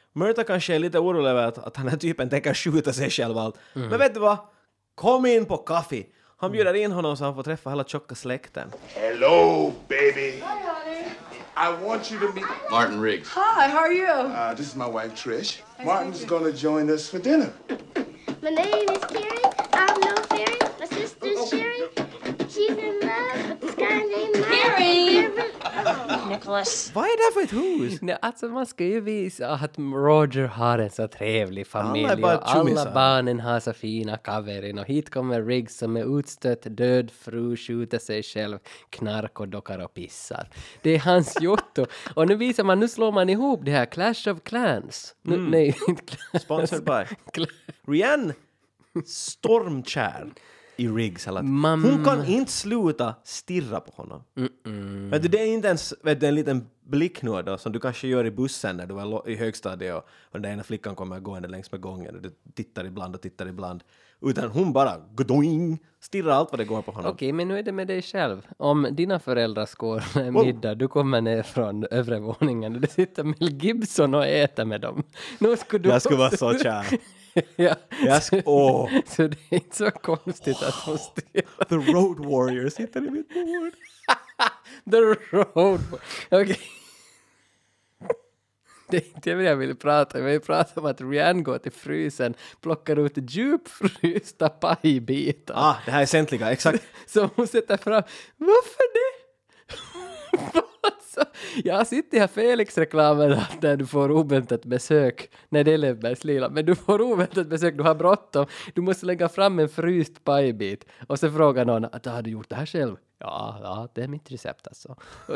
Murta kanske är lite orolig över att han här typen tänker skjuta sig själv allt. Men vet du vad? Kom in på kaffe. Han bjuder in honom så han får träffa hela tjocka släkten. Hello, baby. Hi, honey. I want you to meet Martin Riggs. Hi, how are you? This is my wife Trish. Martin's gonna join us for dinner. My name is Carrie. I'm no fairy. My sister's Sherry. She's in love with this guy named Carrie! Nicholas. Vad är det för ett hus? Nej, alltså man ska ju visa att Roger har en så trevlig familj Alla är bara och alla tjommisar. barnen har så fina kaverin och hit kommer Riggs som är utstött, död fru, skjuter sig själv, knark och dockar och pissar. Det är hans jotto. Och nu visar man, nu slår man ihop det här Clash of Clans. Nej, inte Clash. Sponsored by. Rihanna stormkär i Riggs hela tiden. Hon kan inte sluta stirra på honom. Vet du, det är inte ens en liten blick nu då, som du kanske gör i bussen när du är i högstadiet och den där ena flickan kommer gående längs med gången och du tittar ibland. Utan hon bara godoing, stirrar allt vad det går på honom. Okej, men nu är det med dig själv. Om dina föräldrar skålar middag, du kommer ner från övre våningen och det sitter Mel Gibson och äter med dem. Nu skulle du Jag skulle vara så kär. Ja. Så det är inte så konstigt att hon stirrar. The Road Warrior sitter i mitt bord. The Road Warrior. Okej. Det är inte det jag vill prata om. Jag vill prata om att Rihanna går till frysen, plockar ut djupfrysta pajbitar. Det här är essentliga, exakt. Som hon sätter fram. Varför det? Alltså, jag sitter här Felix-reklamen där du får oväntat besök. Nej, det är Lebbergs lilla. Men du får oväntat besök, du har bråttom. Du måste lägga fram en fryst pajbit. Och så frågar någon, att har du gjort det här själv? Ja, det är mitt recept alltså.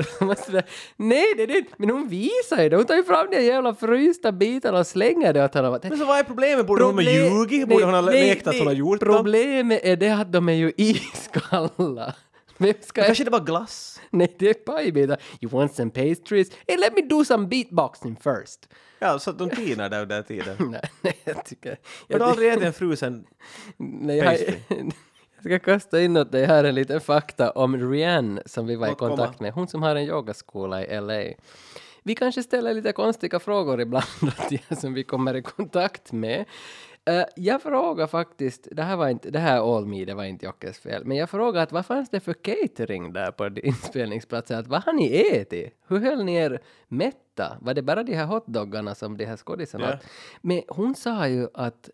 Nej, det är inte. Men hon visar ju det. Hon tar ju fram de jävla frysta bitarna och slänger det åt honom. Men så vad är problemet? Borde hon ha ljugit? Borde hon ha lekt att hon har gjort dem? Problemet är det att de är ju iskalla. Kanske det var glass? Nej, det är pajbitar. You want some pastries? Hey, let me do some beatboxing first. Ja, så att de tinar där under tiden. Nej, jag tycker... Har du aldrig ätit en frusen pastry? Jag ska kasta in åt dig här en liten fakta om Rihanna som vi var i kontakt med. Hon som har en yogaskola i LA. Vi kanske ställer lite konstiga frågor ibland som vi kommer i kontakt med. Jag frågar faktiskt, det här All Me, det var inte Jockes fel, men jag frågar att vad fanns det för catering där på inspelningsplatsen? Att vad har ni ätit? Hur höll ni er mätta? Var det bara de här hotdoggarna som de här skådisarna? Yeah. Men hon sa ju att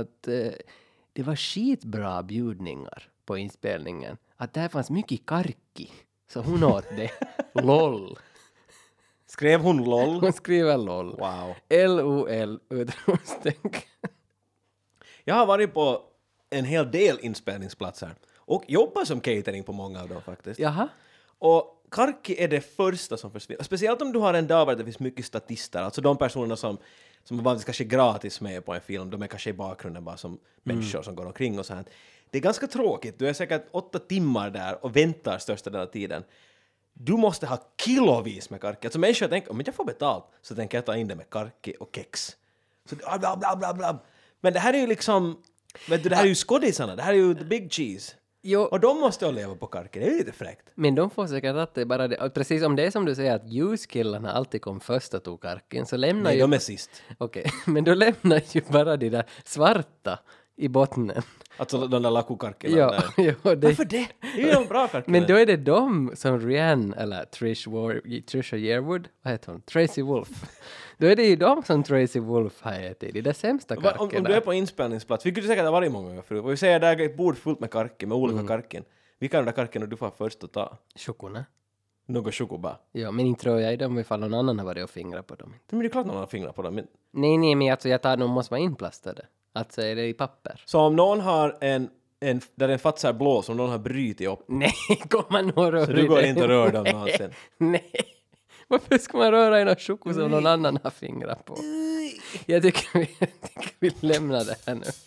det var skitbra bjudningar på inspelningen. Att där fanns mycket karki. Så hon åt det. LOL. Skrev hon LOL? Hon skriver LOL. Wow. LOL utropstecken. Jag har varit på en hel del inspelningsplatser och jobbar som catering på många av dem faktiskt. Jaha. Och karki är det första som försvinner. Speciellt om du har en dag där det finns mycket statister. Alltså de personerna som vanligtvis kanske är gratis med på en film. De är kanske i bakgrunden bara som människor som går omkring och så här. Det är ganska tråkigt. Du är säkert 8 timmar där och väntar största delen av tiden. Du måste ha kilovis med karki. Alltså människor tänker, om jag får betalt så tänker jag ta in det med karki och kex. Så bla bla bla bla. Men det här är ju liksom, vet du, det här är ju skådisarna, det här är ju the big cheese. Jo. Och de måste ju leva på karken, det är lite fräckt. Men de får säkert att det är bara det. Precis om det är som du säger att ljuskillarna alltid kom först och tog karken, så lämnar Nej, de är sist. Okej, men då lämnar ju bara de där svarta i botten. Alltså de där lakukarkerna. Ja, varför det? Det är ju en bra karker. Men då är det de som Rihanna, eller Trisha Yearwood, vad heter hon? Tracy Wolf. Då är det ju de som Tracy Wolf har ätit. Det är det sämsta karkerna. Om du är på inspelningsplats, vilket du säkert har varit många gånger förut. Och vi säger där är ett bord fullt med karken, med olika karken. Vilka är de där karkerna du får först att ta? Chokorna. Något chokoba. Ja, men inte tror jag i dem ifall någon annan har varit och fingrat på dem. Men det är klart någon har fingrat på dem. Men... Nej, men alltså jag tar dem måste vara inplastade. Alltså är det i papper. Så om någon har där en fatsar blå som någon har brytit upp. Nej, går man och rör. Så du går inte och rör dem någonsin. Nej. Varför ska man röra en choko som någon annan har fingrat på? Jag tycker vi lämnar det här nu.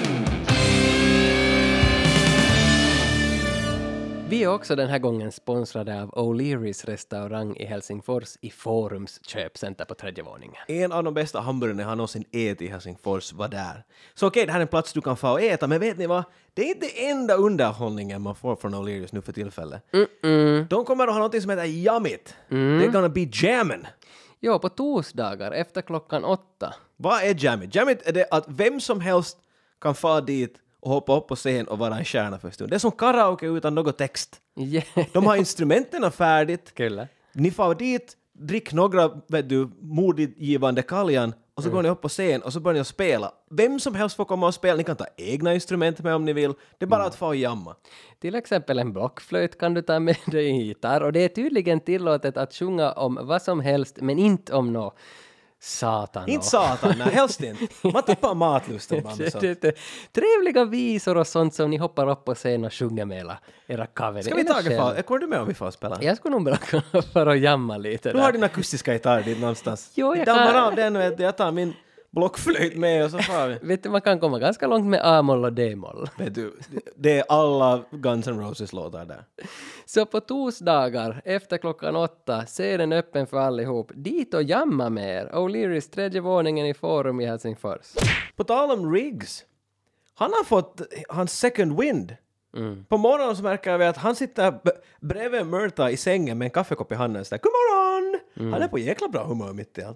Vi är också den här gången sponsrade av O'Learys restaurang i Helsingfors i Forums köpcenter på 3:e våningen. En av de bästa hamburgarna jag har någonsin ätit i Helsingfors var där. Så okej, det här är en plats du kan få och äta, men vet ni vad? Det är inte enda underhållningen man får från O'Learys nu för tillfället. De kommer att ha något som heter Yumit. They're gonna be jammin'. Jo, på torsdagar efter klockan 8. Vad är Jamit? Jamit är det att vem som helst kan få dit och hoppa upp på scen och vara en stjärna för en stund. Det är som karaoke utan någon text. Yeah. De har instrumenten färdigt. Kul. Ni får dit, drick några modigivande kaljan och så går ni upp på scen och så börjar ni att spela. Vem som helst får komma och spela. Ni kan ta egna instrument med om ni vill. Det är bara att få jamma. Till exempel en blockflöjt kan du ta med dig en gitarr. Och det är tydligen tillåtet att sjunga om vad som helst, men inte om något satan. Inte satan, nej, helst inte. Man tappar matlusten bara med sånt. Trevliga visor och sånt som ni hoppar upp på scen och sjunger med era cover. Ska vi ta det? Kommer du med om vi får spela? Jag skulle nog bra kunna fara och jamma lite. Du har din akustiska gitarr dit någonstans. Jo, jag dammar kan. av den och jag tar min blockflöjt med och så far vi. Vet du, man kan komma ganska långt med A-moll och D-moll. Vet du, det är alla Guns N' Roses-låtar där. Så på torsdagar efter klockan 8 ser den öppen för allihop. Dit och jamma med er. O'Learys 3:e våningen i Forum i Helsingfors. På tal om Riggs. Han har fått hans second wind. På morgonen så märker vi att han sitter bredvid Myrta i sängen med en kaffekopp i handen. Så där, god morgon! Han är på jäkla bra humör mitt i allt.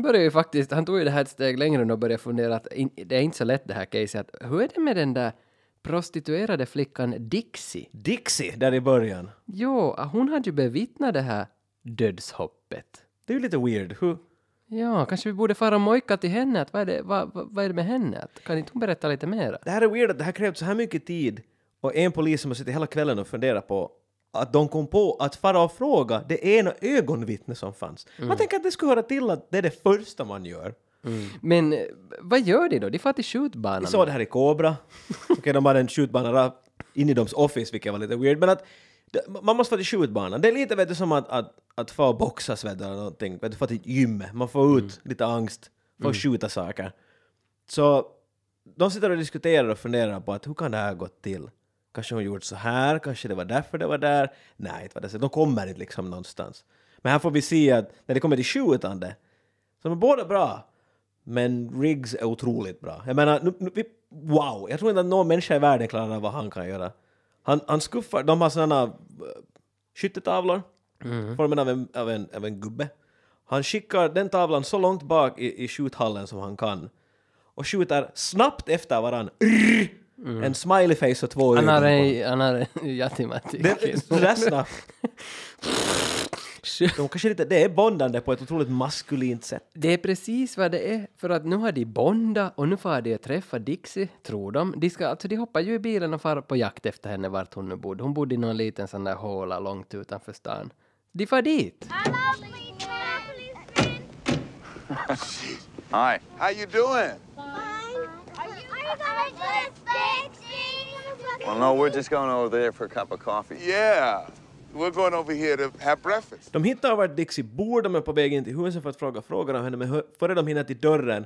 Han tog ju det här ett steg längre och började fundera att det är inte så lätt det här caset. Hur är det med den där prostituerade flickan Dixie? Dixie, där i början. Jo, hon hade ju bevittnat det här dödshoppet. Det är ju lite weird. Ja, kanske vi borde fara och mojka till henne. Att vad är det med henne? Kan inte hon berätta lite mer? Det här är weird att det här krävt så här mycket tid. Och en polis som har suttit hela kvällen och funderat på att de kom på att fara och fråga det ena ögonvittne som fanns. Man tänker att det skulle höra till att det är det första man gör. Men vad gör de då? De får till skjutbanan. Vi såg det här i Cobra. Okej, de hade en skjutbana in i dems office, vilket var lite weird. Men att man måste få till skjutbanan. Det är lite vet du, som att få boxas eller någonting. Vet du, få till gym. Man får ut lite angst. Får skjuta saker. Så de sitter och diskuterar och funderar på att hur kan det här gå till? Kanske hon gjort så här, kanske det var därför det var där. Nej, det var det. De kommer inte liksom någonstans. Men här får vi se att när det kommer till skjutande så de är båda bra. Men Riggs är otroligt bra. Jag menar, wow. Jag tror inte att någon människa i världen klarar vad han kan göra. Han skuffar, de har sådana skyttetavlor. Formen av en gubbe. Han skickar den tavlan så långt bak i skjuthallen som han kan. Och skjuter snabbt efter varann. En smiley face och 2 ögon. Han har en jättematik. Det där snabbt. Det är bondande på ett otroligt maskulint sätt. Det är precis vad det är. För att nu har de bondat och nu får de träffa Dixie, tror de. De hoppar ju i bilen och far på jakt efter henne vart hon nu bodde. Hon bodde i någon liten sån där håla långt utanför stan. De far dit. Hi. How you doing? Well, no, we're just going over there for a cup of coffee. Yeah. We're going over here to have breakfast. De hittar vart Dixie bor, de är på väg in till huset för att fråga om henne, men före de hinner till dörren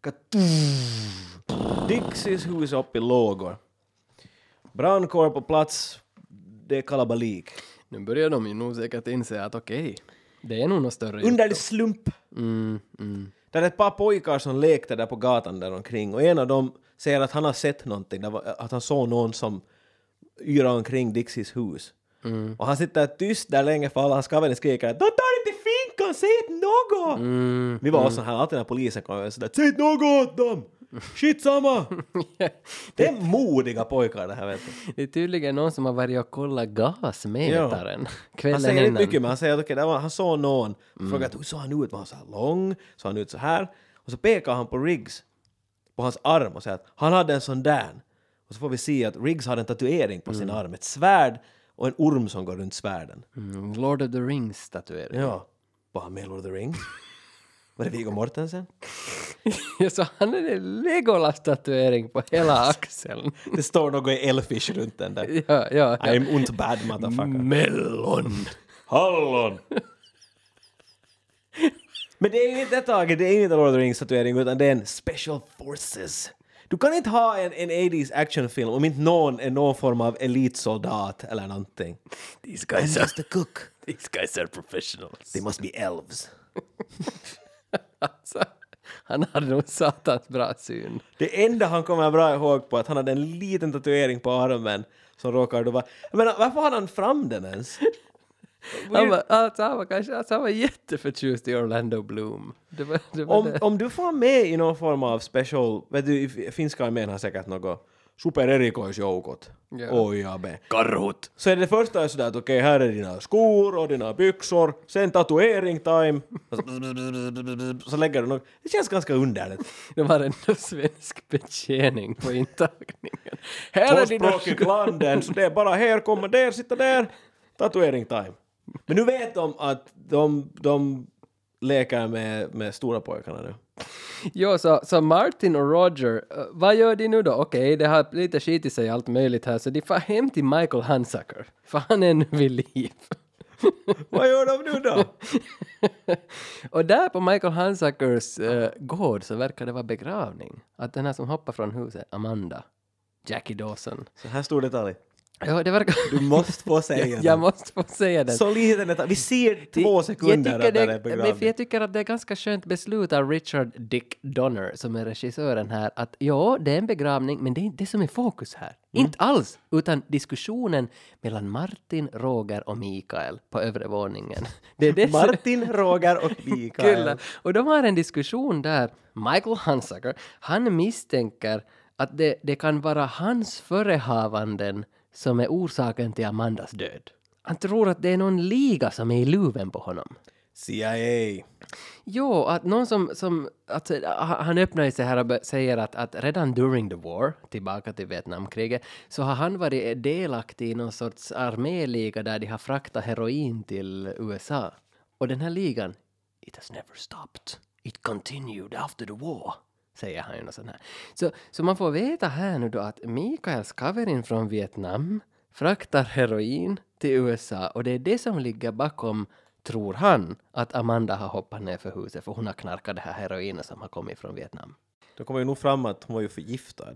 Dixies hus upp i lågor. Brandkår på plats, det är kalabalik. Nu börjar de ju nog säkert inse att okej, det är nog något större. Underlig slump. Det är ett par pojkar som lekte där på gatan där omkring och en av dem säger att han har sett någonting, att han såg någon som yrar omkring Dixies hus. Och han sitter tyst där länge för alla hans skavlen skriker att de tar inte finkan, säg inte något! Vi var så här, alltid när polisen kom och sådär, säg inte något åt dem! Shit samma! Det är modiga pojkar det här, vet du. Det är tydligen någon som har varit och kollat gasmetaren kvällen han säger innan. inte mycket, men han säger att okej, han såg någon och frågade hur såg han ut, var han så här lång, såg han ut så här? Och så pekar han på Riggs på hans arm och säger att han hade en sån där. Och så får vi se att Riggs har en tatuering på sin arm, ett svärd och en orm som går runt svärden. Lord of the Rings tatuering. Ja. Var han med Lord of the Rings? Var det Viggo Mortensen? Ja, så han är en Legolas-tatuering på hela axeln. Det står något i Elfish runt den där. Ja. I'm not bad motherfucker. Melon. Hallon. Men det är inte taget, det är inte Lord of the Rings tatuering utan det är en Special Forces. Du kan inte ha en 80s actionfilm om inte någon är någon form av elitsoldat eller någonting. These guys I'm just a cook. These guys are professionals. They must be elves. Alltså, han hade nog satans bra syn. Det enda han kommer bra ihåg på att han hade en liten tatuering på armen som råkar då vara... Jag menar, varför har han fram den ens? Han var jätteförtjust i Orlando Bloom. Om du får med i någon form av special, vet du, i finska armén har säkert något supererikoisjoukot. OIAB. Karhut. Så är det första sådär att okej, här är dina skor och dina byxor, sen tatuering time. Så lägger du något. Det känns ganska underligt. Det var ändå svensk betjäning på intagningen. Här är dina Tvåspråkigt landen, så det är bara här, komma där, sitta där. Tatuering time. Men nu vet de att de leker med stora pojkarna nu. Jo, så Martin och Roger, vad gör de nu då? Okej, det har lite skit i sig allt möjligt här, så de får hem till Michael Hunsaker, för han är ännu vid liv. Vad gör de nu då? Och där på Michael Hunsakers gård så verkar det vara begravning. Att den här som hoppar från huset, Amanda, Jackie Dawson. Så här stor detalj. Ja, det verkar... Du måste få säga det. Jag måste få säga det. Så liten detalj. Vi ser 2 sekunder att det är begravning. Jag tycker att det är ganska skönt beslut av Richard Dick Donner, som är regissören här, att ja, det är en begravning, men det är inte det som är fokus här. Inte alls, utan diskussionen mellan Martin, Roger och Mikael på övre våningen. Det är det Martin, Roger och Mikael. Kulla. Och de har en diskussion där Michael Hunsaker, han misstänker att det kan vara hans förehavanden som är orsaken till Amandas död. Han tror att det är någon liga som är i luven på honom. CIA. Jo, att någon som han öppnar sig här och säger att redan during the war, tillbaka till Vietnamkriget, så har han varit delaktig i någon sorts arméliga där de har fraktat heroin till USA. Och den här ligan, it has never stopped. It continued after the war, säger han ju något sånt här. Så man får veta här nu då att Mikael Skaverin från Vietnam fraktar heroin till USA, och det är det som ligger bakom, tror han, att Amanda har hoppat ner för huset, för hon har knarkat det här heroinet som har kommit från Vietnam. Då kommer ju nog fram att hon var ju förgiftad.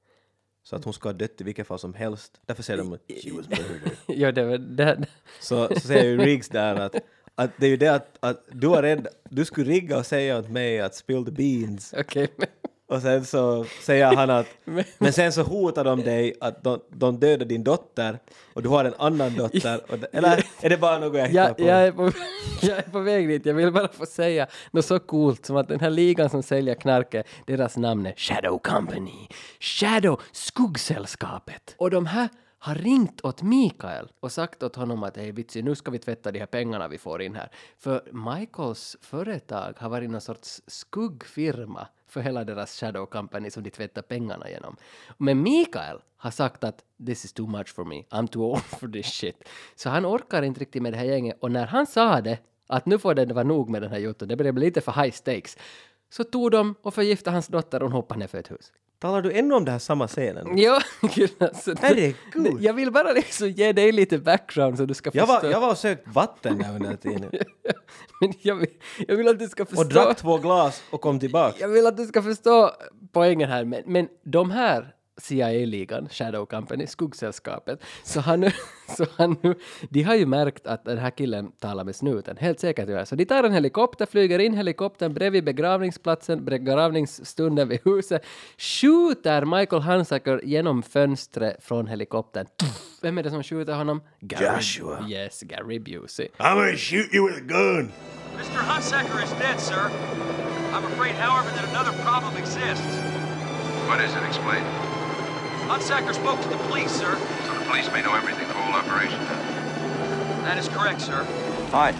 Så att hon ska ha dött i vilket fall som helst. Därför säger de att she was murdered. Ja, det var det. Så säger ju Riggs där att det är ju det att du var rädd. Du skulle rigga och säga åt mig att spill the beans. Okej, men... Och sen så säger han att men sen så hotar de dig att de dödar din dotter och du har en annan dotter. Eller är det bara något jag hittar på? Jag är på väg dit. Jag vill bara få säga något så coolt som att den här ligan som säljer knarket, deras namn är Shadow Company. Shadow, skuggsällskapet. Och de här har ringt åt Mikael och sagt åt honom att hej vitsi, nu ska vi tvätta de här pengarna vi får in här. För Michaels företag har varit någon sorts skuggfirma för hela deras Shadow Company som de tvättar pengarna genom. Men Mikael har sagt att this is too much for me. I'm too old for this shit. Så han orkar inte riktigt med det här gänget. Och när han sa det, att nu får det vara nog med den här jutten, det blev lite för high stakes, så tog de och förgiftade hans dotter och hon hoppade ner för ett hus. Talar du ännu om den här samma scenen? Ja, alltså, herregud. Jag vill bara liksom ge dig lite background så du ska förstå. Jag var och sökt vatten där under tiden. Men jag vill att du ska förstå. Och drack 2 glas och kom tillbaka. Jag vill att du ska förstå poängen här. Men de här CIA-ligan, Shadow Company, skuggsällskapet, så han nu, de har ju märkt att den här killen talar med snuten, helt säkert gör. Så de tar en helikopter, flyger in helikoptern bredvid begravningsplatsen, begravningsstunden vid huset, skjuter Michael Hunsaker genom fönstret från helikoptern. Vem är det som skjuter honom? Joshua. Yes, Gary Busey. I'm gonna shoot you with a gun. Mr. Hunsaker is dead, sir. I'm afraid, however, that another problem exists. What is it? Explain. Hunsaker spoke to the police, sir. So the police may know everything, the whole operation. That is correct, sir. Hi.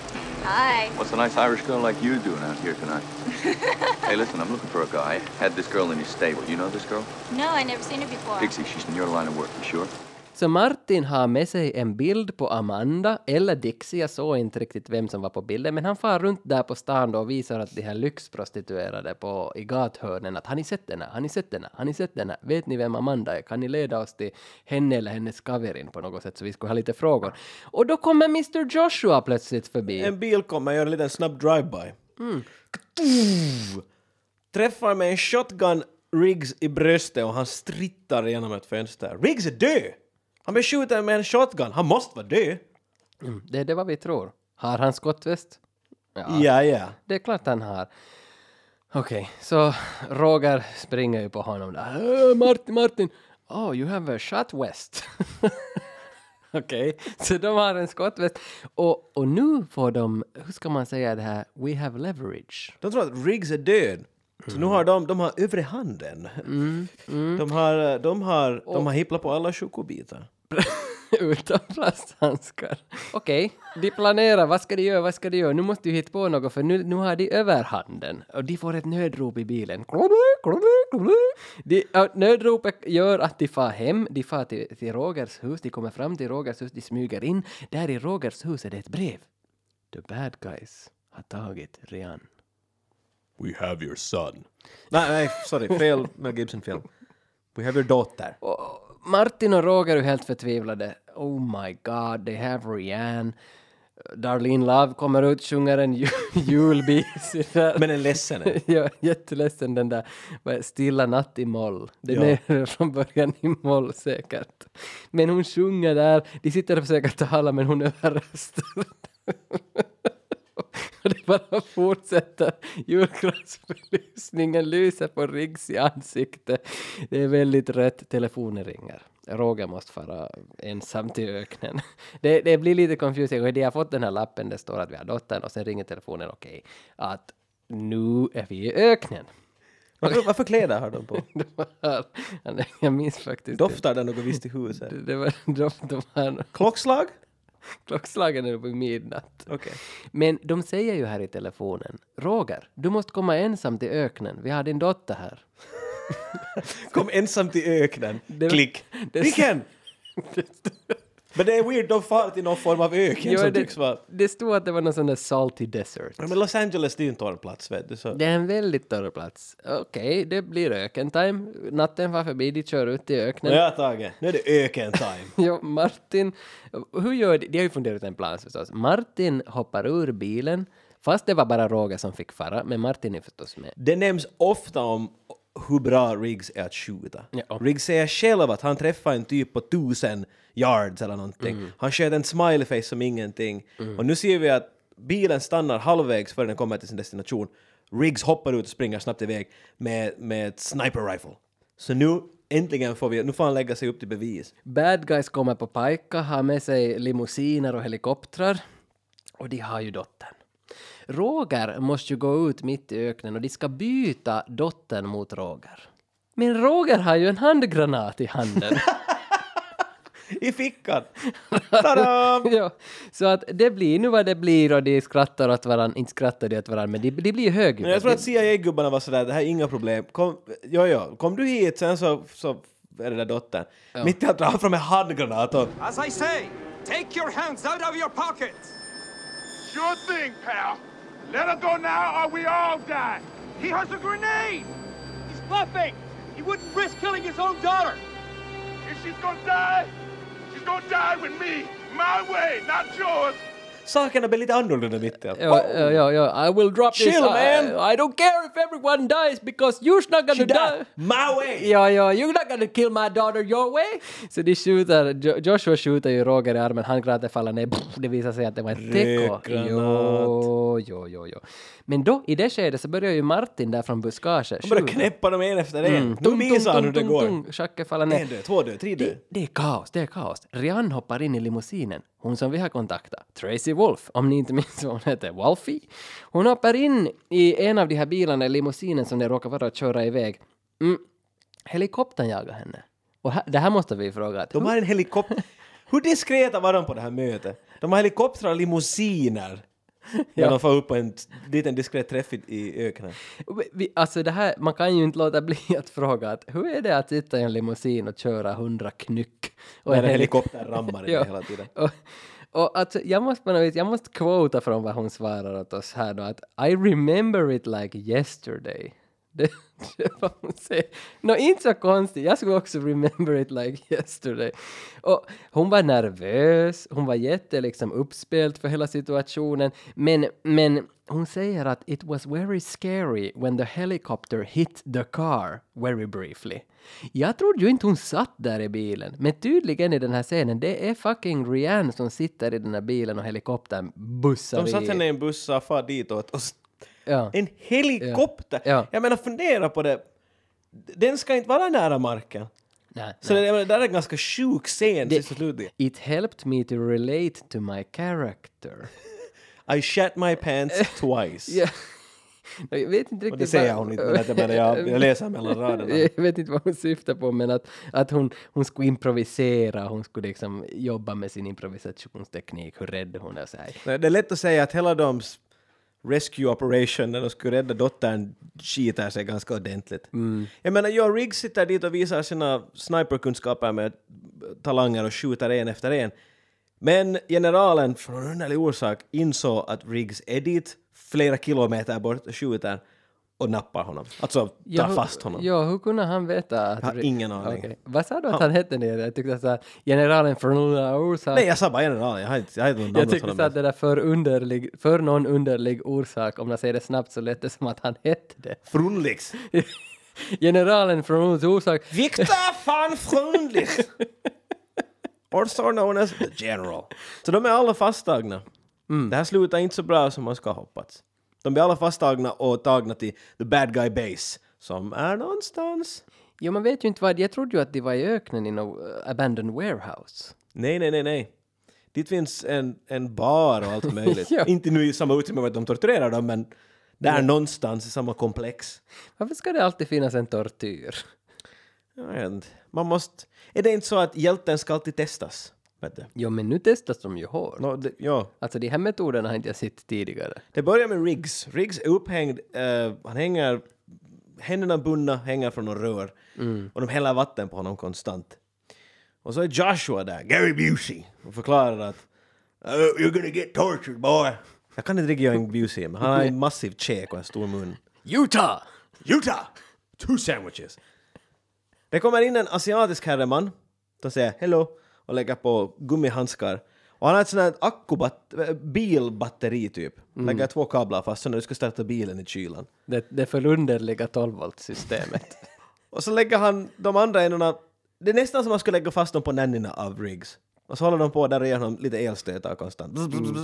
Hi. What's a nice Irish girl like you doing out here tonight? Hey, listen, I'm looking for a guy. Had this girl in his stable. You know this girl? No, I never seen her before. Dixie, she's in your line of work, you sure? Så Martin har med sig en bild på Amanda eller Dixie, jag såg inte riktigt vem som var på bilden, men han far runt där på stan då och visar att de här lyxprostituerade i gathörnen att har ni sett denna? Vet ni vem Amanda är? Kan ni leda oss till henne eller hennes Kaverin på något sätt så vi skulle ha lite frågor? Och då kommer Mr. Joshua plötsligt förbi. En bil kommer, gör en liten snabb drive-by. Träffar med en shotgun Riggs i bröstet och han strittar genom ett fönster. Riggs är död! Han blir skjuten med en shotgun. Han måste vara död. Det är det vad vi tror. Har han skottväst? Ja. Det är klart han har. Okej, så Roger springer ju på honom där. Martin. Oh, you have a shot west. Okej, så de har en skottväst. Och nu får de, hur ska man säga det här? We have leverage. De tror att Riggs är död. Så nu har de har övre handen. De har hipplat på alla chokobitar. Utan plasthandskar. Okej, de planerar. Vad ska de göra? Nu måste de hitta på något, för nu har de överhanden. Och de får ett nödrop i bilen. Nödropet gör att de far hem. De far till Rogers hus. De kommer fram till Rogers hus. De smyger in. Där i Rogers hus är det ett brev. The bad guys har tagit Rian. We have your son. Nej, sorry. Fel Mel Gibson-film. We have your daughter. Martin och Roger är helt förtvivlade. Oh my god, they have Rian. Darlene Love kommer ut, sjunger en julvis. Men en ledsen. Ja, jätteledsen den där Stilla natt i moll. Den är från början i moll säkert. Men hon sjunger där. De sitter och försöker tala, men hon överröstar. Och det bara fortsätter. Julgransbelysningen lyser på Riggs i ansikte. Det är väldigt rött. Telefonen ringer. Roger måste fara ensam till öknen. Det blir lite confusing. De har fått den här lappen. Det står att vi har dottern. Och sen ringer telefonen. Okej. Att nu är vi i öknen. Varför kläder har de på? Jag minns faktiskt. Doftar det något visst i huset? Det var klockslag? Klockslagen är på midnatt. Okay. Men de säger ju här i telefonen: Roger, du måste komma ensam till öknen. Vi har din dotter här. Kom ensam till öknen. Klick. Vilken? Men det är weird, de far till någon form av öken som tycks vara... Det stod att det var någon sån där salty desert. Men Los Angeles är ju en torr plats, vet du. Så. Det är en väldigt torr plats. Okej, det blir ökentime. Natten var förbi, de kör ut i öknen. Ja, Tage. Nu är det ökentime. Jo, Martin... Hur gör de? De har ju funderat en plan förstås. Martin hoppar ur bilen. Fast det var bara Roger som fick fara, men Martin är förstås med. Det nämns ofta om hur bra Riggs är att skjuta. Ja. Riggs säger själv att han träffar en typ på 1000 yards eller någonting. Han sköt en smileyface som ingenting. Och nu ser vi att bilen stannar halvvägs före den kommer till sin destination. Riggs hoppar ut och springer snabbt iväg med ett sniper rifle. Så nu äntligen får han lägga sig upp till bevis. Bad guys kommer på pajka, har med sig limousiner och helikoptrar. Och de har ju dottern. Roger måste ju gå ut mitt i öknen och de ska byta dottern mot Roger. Men Roger har ju en handgranat i handen. I fickan. Tada! Ja, så att det blir nu vad det blir och de skrattar åt varandra, inte skrattar de åt varandra, men de blir högre. Jag tror att CIA-gubbarna var sådär, det här är inga problem. Kom du hit sen så är det där dottern. Ja. Mitt i att dra fram en handgranat. As I say, take your hands out of your pockets. Sure thing, pal. Let her go now or we all die. He has a grenade. He's bluffing. He wouldn't risk killing his own daughter. If she's gonna die with me. My way, not yours. Sakerna blir lite annorlunda mitt i allt. Ja. I will drop chill, this. Man. I don't care if everyone dies because you're not gonna die. My way. Ja, you're not gonna kill my daughter your way. Så de skjuter, Joshua skjuter ju Roger i armen, handgranaten faller ner. Det visar sig att det var ett teko. Jo. Men då, i det skedet så börjar ju Martin där från buskaget. De börjar knäppa dem en efter en. Då visar han hur det går. Schacke faller ner. 1 död, 2 död, 3 död. Det är kaos. Rian hoppar in i limousinen. Hon som vi har kontaktat. Tracy Wolf, om ni inte minns vad hon heter. Wolfie. Hon hoppar in i en av de här bilarna i limousinen som det råkar vara att köra iväg. Helikoptern jagar henne. Och det här måste vi fråga. De har en helikopter. Hur diskreta var de på det här mötet? De har helikoptrar och limousiner. Ja. De får upp på en liten diskret träff i öknen. Alltså det här, man kan ju inte låta bli att fråga att hur är det att sitta i en limousin och köra 100 knyck? Och en helikopter rammar det hela tiden. Och alltså, jag måste quota från vad hon svarar åt oss här då, att I remember it like yesterday. Det var hon säger. Inte så konstigt. Jag skulle också remember it like yesterday. Och hon var nervös. Hon var liksom uppspelt för hela situationen. Men hon säger att it was very scary when the helicopter hit the car very briefly. Jag trodde ju inte hon satt där i bilen. Men tydligen i den här scenen, det är fucking Rian som sitter i den här bilen och helikoptern bussar. De satt henne i en buss och far dit och ja. En helikopter. Ja. Jag menar, fundera på det. Den ska inte vara nära marken. Nej, Så det är en ganska sjuk scen till slut. It helped me to relate to my character. I shat my pants twice. Ja. Jag vet inte riktigt. Och det säger hon inte, men jag läser mellan raderna. Jag vet inte vad hon syftar på, men att hon skulle improvisera, hon skulle liksom jobba med sin improvisationsteknik, hur rädd hon är. Så här. Det är lätt att säga att hela deras rescue operation när de skulle rädda dottern skiter sig ganska ordentligt. Jag menar, Riggs sitter dit och visar sina sniperkunskaper med talanger och skjuter en efter en. Men generalen från en underlig orsak insåg att Riggs är dit flera kilometer bort och skjuter och nappar honom. Alltså tar fast honom. Ja, hur kunde han veta? Att jag har ingen aning. Okay. Vad sa du att han hette nere? Jag tyckte att generalen från någon orsak... Nej, jag sa bara generalen. Jag har inte någon namn. Jag tyckte att det där för någon underlig orsak, om man säger det snabbt så lät det som att han hette det. Frunlix. Generalen från någon orsak... Victor van Frunlix! Also known as the general. Så de är alla fasttagna. Det här slutar inte så bra som man ska hoppats. De blir alla fasttagna och tagna till the bad guy base, som är någonstans. Jo, man vet ju inte vad. Jag trodde ju att de var i öknen i någon abandoned warehouse. Nej. Dit finns en bar och allt möjligt. Ja. Inte nu i samma utrymme att de torturerar dem, men där någonstans i samma komplex. Varför ska det alltid finnas en tortyr? Jag vet inte. Man måste... Är det inte så att hjälten ska alltid testas? Jo, men nu testas de ju hårt. Ja. Alltså de här metoderna har inte jag sett tidigare. Det börjar med Riggs. Riggs är upphängd. Han hänger... Händerna bundna, hänger från någon rör. Och de häller vatten på honom konstant. Och så är Joshua där, Gary Busey, och förklarar att you're gonna get tortured, boy. Jag kan inte riktigt göra en Busey, men han har en massiv käk och en stor mun. Utah! 2 sandwiches! Det kommer in en asiatisk herreman. De säger hello och lägger på gummihandskar. Och han har ett sånt här bilbatteri typ. Lägger 2 kablar fast så när du ska starta bilen i kylan. Det förunderliga 12-volt-systemet. Och så lägger han de andra ändorna. Det är nästan som man skulle lägga fast dem på nännorna av Riggs. Och så håller de på där och ger honom lite elstötar konstant.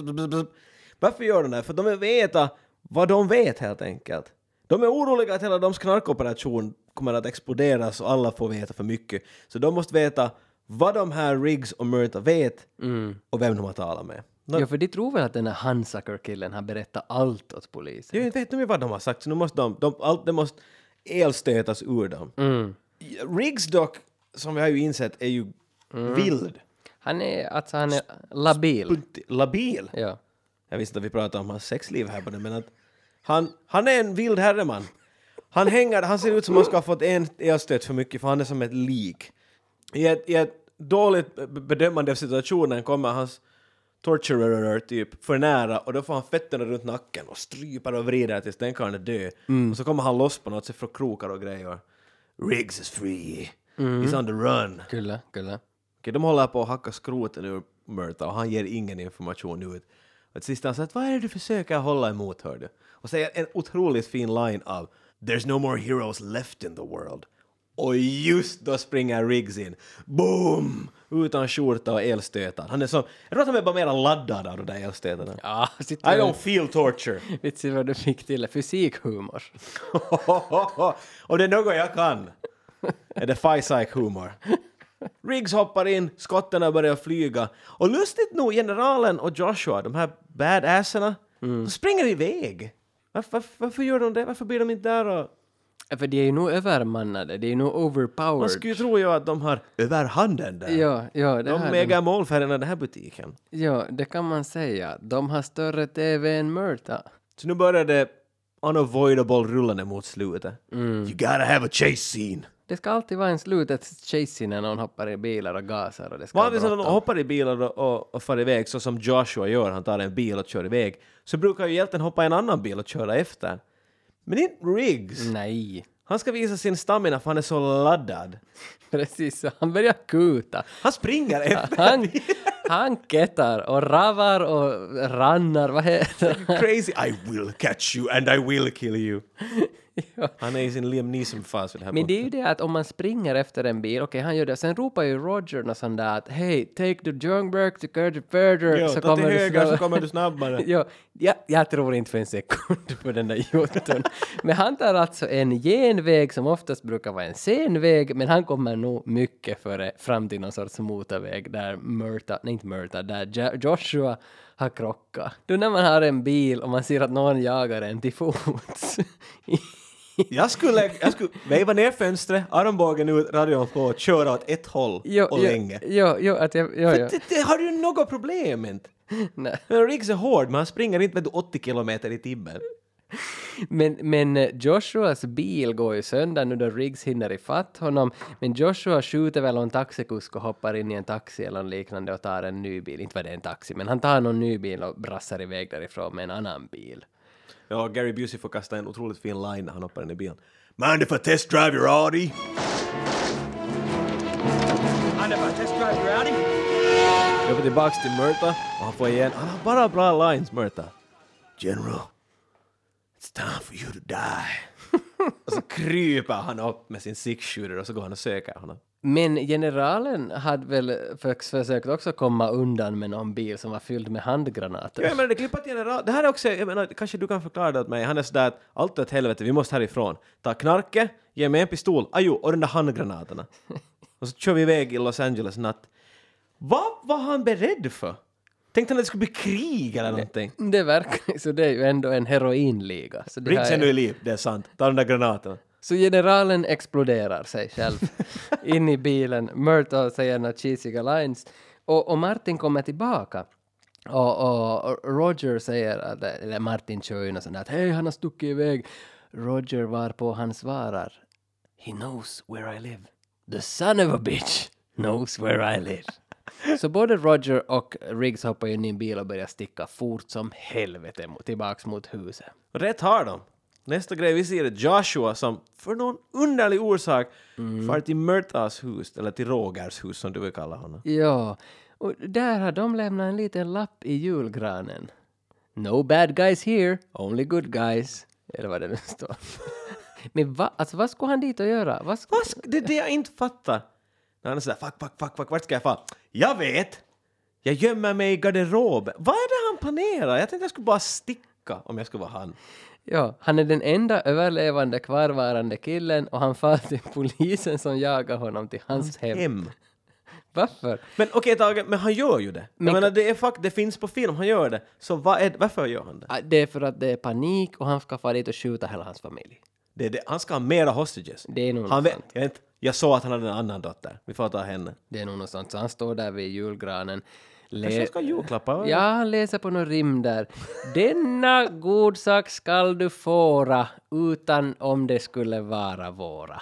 Varför gör de det? För de vill veta vad de vet helt enkelt. De är oroliga att hela deras knarkoperation kommer att exploderas och alla får veta för mycket. Så de måste veta vad de här Riggs och Murta vet och vem de har talat med. Ja, för de tror väl att den här Handsucker-killen har berättat allt åt polisen. Jag vet inte vad de har sagt, så nu måste det måste elstötas ur dem. Riggs dock, som vi har ju insett, är ju vild. Han är labil. Labil? Ja. Jag visste att vi pratade om hans sexliv här på det, men att han är en vild herreman. Han ser ut som han ska ha fått en elstöt för mycket, för han är som ett lik. I ett dåligt bedömande av situationen kommer hans torturer typ för nära och då får han fötterna runt nacken och stryper och vrider tills den kan dö. Och så kommer han loss på något sätt från krokar och grejer. Riggs is free. He's on the run. Kulla. Okej, de håller på att hacka skroten ur Murta och han ger ingen information ut. Och till sist han säger, vad är det du försöker hålla emot, hör du? Och säger en otroligt fin line av There's no more heroes left in the world. Och just då springer Riggs in. Boom! Utan skjorta och elstötar. Han är så... Jag tror att han är bara mer laddad av de där elstötarna. Ja, I don't feel torture. Vet du vad du fick till? Fysikhumor. Och det är något jag kan. Är det Phi-Psych-humor. Riggs hoppar in, skottarna börjar flyga. Och lustigt nog, generalen och Joshua, de här badasserna, de springer iväg. Varför gör de det? Varför blir de inte där och... För de är ju nog övermannade, det är ju nog overpowered. Man skulle ju tro ju att de har överhanden där. Ja, de äger målfärgen i den här butiken. Ja, det kan man säga. De har större tv än Murta. Så nu börjar det unavoidable rullande mot slutet. You gotta have a chase scene. Det ska alltid vara en slutet chase scene när någon hoppar i bilar och gasar. Och det ska vanligtvis när någon hoppar i bilar och far iväg så som Joshua gör, han tar en bil och kör iväg, så brukar ju hjälten hoppa i en annan bil och köra efter. Men inte Riggs. Nej. Han ska visa sin stamina för han är så laddad. Precis, så han börjar kuta. Han springer efter. Han kettar och ravar och rannar. Vad heter det? Crazy. I will catch you and I will kill you. Han är i sin Liam Neeson-fas vid det här Men det är ju punkten. det att om man springer efter en bil, okej, han gör det. Sen ropar ju Roger något sånt där att hej, take the Jungberg to go to further. Ja, ta till höger så kommer du snabbare. Jag tror inte för en sekund på den där jotun. Men han tar alltså en genväg som oftast brukar vara en senväg, men han kommer nog mycket före fram till någon sorts motorväg där där Joshua har krockat. Då när man har en bil och man ser att någon jagar en till fots. Jag skulle veva ner fönstret, armbågen ut, radion på och köra åt ett håll och länge. Det har du något problem inte. Nej. Men Riggs är hård, men han springer inte med 80 kilometer i timmen. Men Joshuas bil går ju sönder nu då Riggs hinner ifatt honom. Men Joshua skjuter väl en taxikusk och hoppar in i en taxi eller liknande och tar en ny bil. Inte var det en taxi, men han tar någon ny bil och brassar iväg därifrån med en annan bil. Ja, Gary Busey får kasta en otroligt fin line när han hoppar in i bilen. Mind if I test drive your Audi? Mind if I test drive your Audi? Jag går tillbaks till Murta och han får igen. Han har bara bra lines, Murta. General, it's time for you to die. Och så kryper han upp med sin six-shooter och så går han och söker honom. Men generalen hade väl försökt också komma undan med någon bil som var fylld med handgranater. Ja, men det klippat general. Det här är också, jag menar, kanske du kan förklara det åt mig. Han är sådär att allt är ett helvete, vi måste härifrån. Ta knarke, ge mig en pistol, och den där handgranaterna. Och så kör vi iväg i Los Angeles natt. Vad var han beredd för? Tänkte han att det skulle bli krig eller någonting? Det verkar så, det är ju ändå en heroinliga. Så det Riggs är nu i liv, det är sant. Ta de där granaterna. Så generalen exploderar sig själv in i bilen. Murtaugh säger några cheesiga lines. Och Martin kommer tillbaka. Och Roger säger, eller Martin kör ju något sånt att hej, han har stuckit iväg. Roger var på han svarar. He knows where I live. The son of a bitch knows where I live. Så både Roger och Riggs hoppar in i en bil och börjar sticka fort som helvete tillbaks mot huset. Rätt har de. Nästa grej vi ser är Joshua som för någon underlig orsak far till Murtaughs hus, eller till Rogers hus som du vill kalla honom. Ja, och där har de lämnat en liten lapp i julgranen. No bad guys here, only good guys. Eller vad det nu står. Men vad ska han dit och göra? Det är det jag inte fattar. När han är sådär, fuck, vart ska jag få? Jag vet! Jag gömmer mig i garderoben. Vad är det han planerar? Jag tänkte jag skulle bara sticka om jag skulle vara han. Ja, han är den enda överlevande kvarvarande killen och han far till polisen som jagar honom till hans hem. Varför? Men okej, Tage, men han gör ju det. Jag menar, det finns på film, han gör det. Så varför gör han det? Det är för att det är panik och han ska fara dit och skjuta hela hans familj. Han ska ha mera hostages. Det är nog han jag såg att han hade en annan dotter. Vi får ta henne. Det är nog något sånt. Så han står där vid julgranen. Kanske jag ska julklappa? Ja, han läser på någon rim där. Denna god sak skall du fåra utan om det skulle vara våra.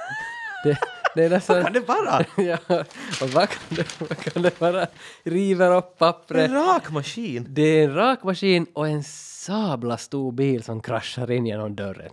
Det är nästan... Vad kan det vara? Ja, och vad kan det vara? River upp pappret. En rakmaskin. Det är en rakmaskin och en sabla stor bil som kraschar in genom dörren.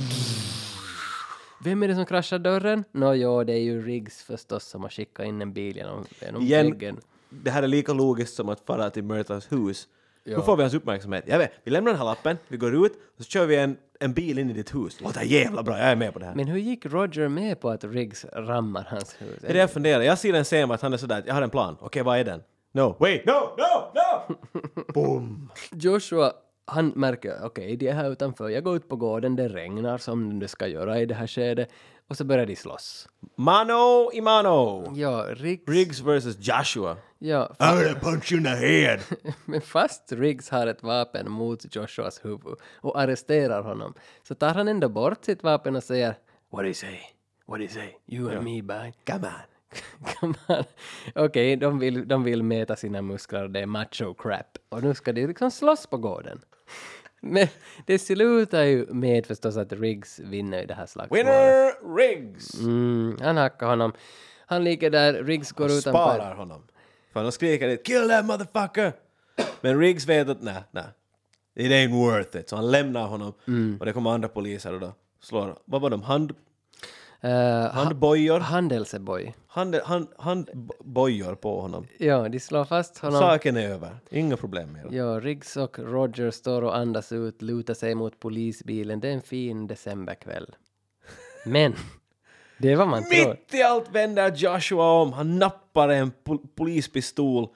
Vem är det som kraschar dörren? Det är ju Riggs förstås som har skickat in en bil genom väggen. Det här är lika logiskt som att fara till Murtaughs hus. Ja. Nu får vi hans uppmärksamhet. Jag vet, vi lämnar den här lappen, vi går ut och så kör vi en bil in i ditt hus. Låter jävla bra, jag är med på det här. Men hur gick Roger med på att Riggs rammar hans hus? Det är det jag funderar. Jag ser en scen att han är sådär, jag har en plan. Okej, vad är den? No, wait, no! Boom! Joshua, han märker, det är här utanför. Jag går ut på gården, det regnar som det ska göra i det här skedet. Och så börjar de slåss. Mano i mano! Ja, Riggs versus Joshua. Ja, I'm gonna punch you in the head! Men fast Riggs har ett vapen mot Joshuas huvud och arresterar honom, så tar han ändå bort sitt vapen och säger What do you say? You and me, bye. Come on. Okej, de vill mäta sina muskler och det är macho crap. Och nu ska de liksom slåss på gården. Men det slutar ju med förstås att Riggs vinner i det här slagsmålet. Winner Riggs! Han hackar honom. Han ligger där, Riggs går utanför. Sparar honom. För han skriker det, kill that motherfucker! Men Riggs vet att nej. It ain't worth it. Så han lämnar honom. Och det kommer andra poliser och då slår. Vad var de? Handbojor. Handelseboj. Handbojor på honom. Ja, de slår fast honom. Saken är över. Inga problem med det. Ja, Riggs och Roger står och andas ut, lutar sig mot polisbilen. Det är en fin decemberkväll. Men det är vad man tror. Mitt i allt vänder Joshua om. Han nappar en polispistol.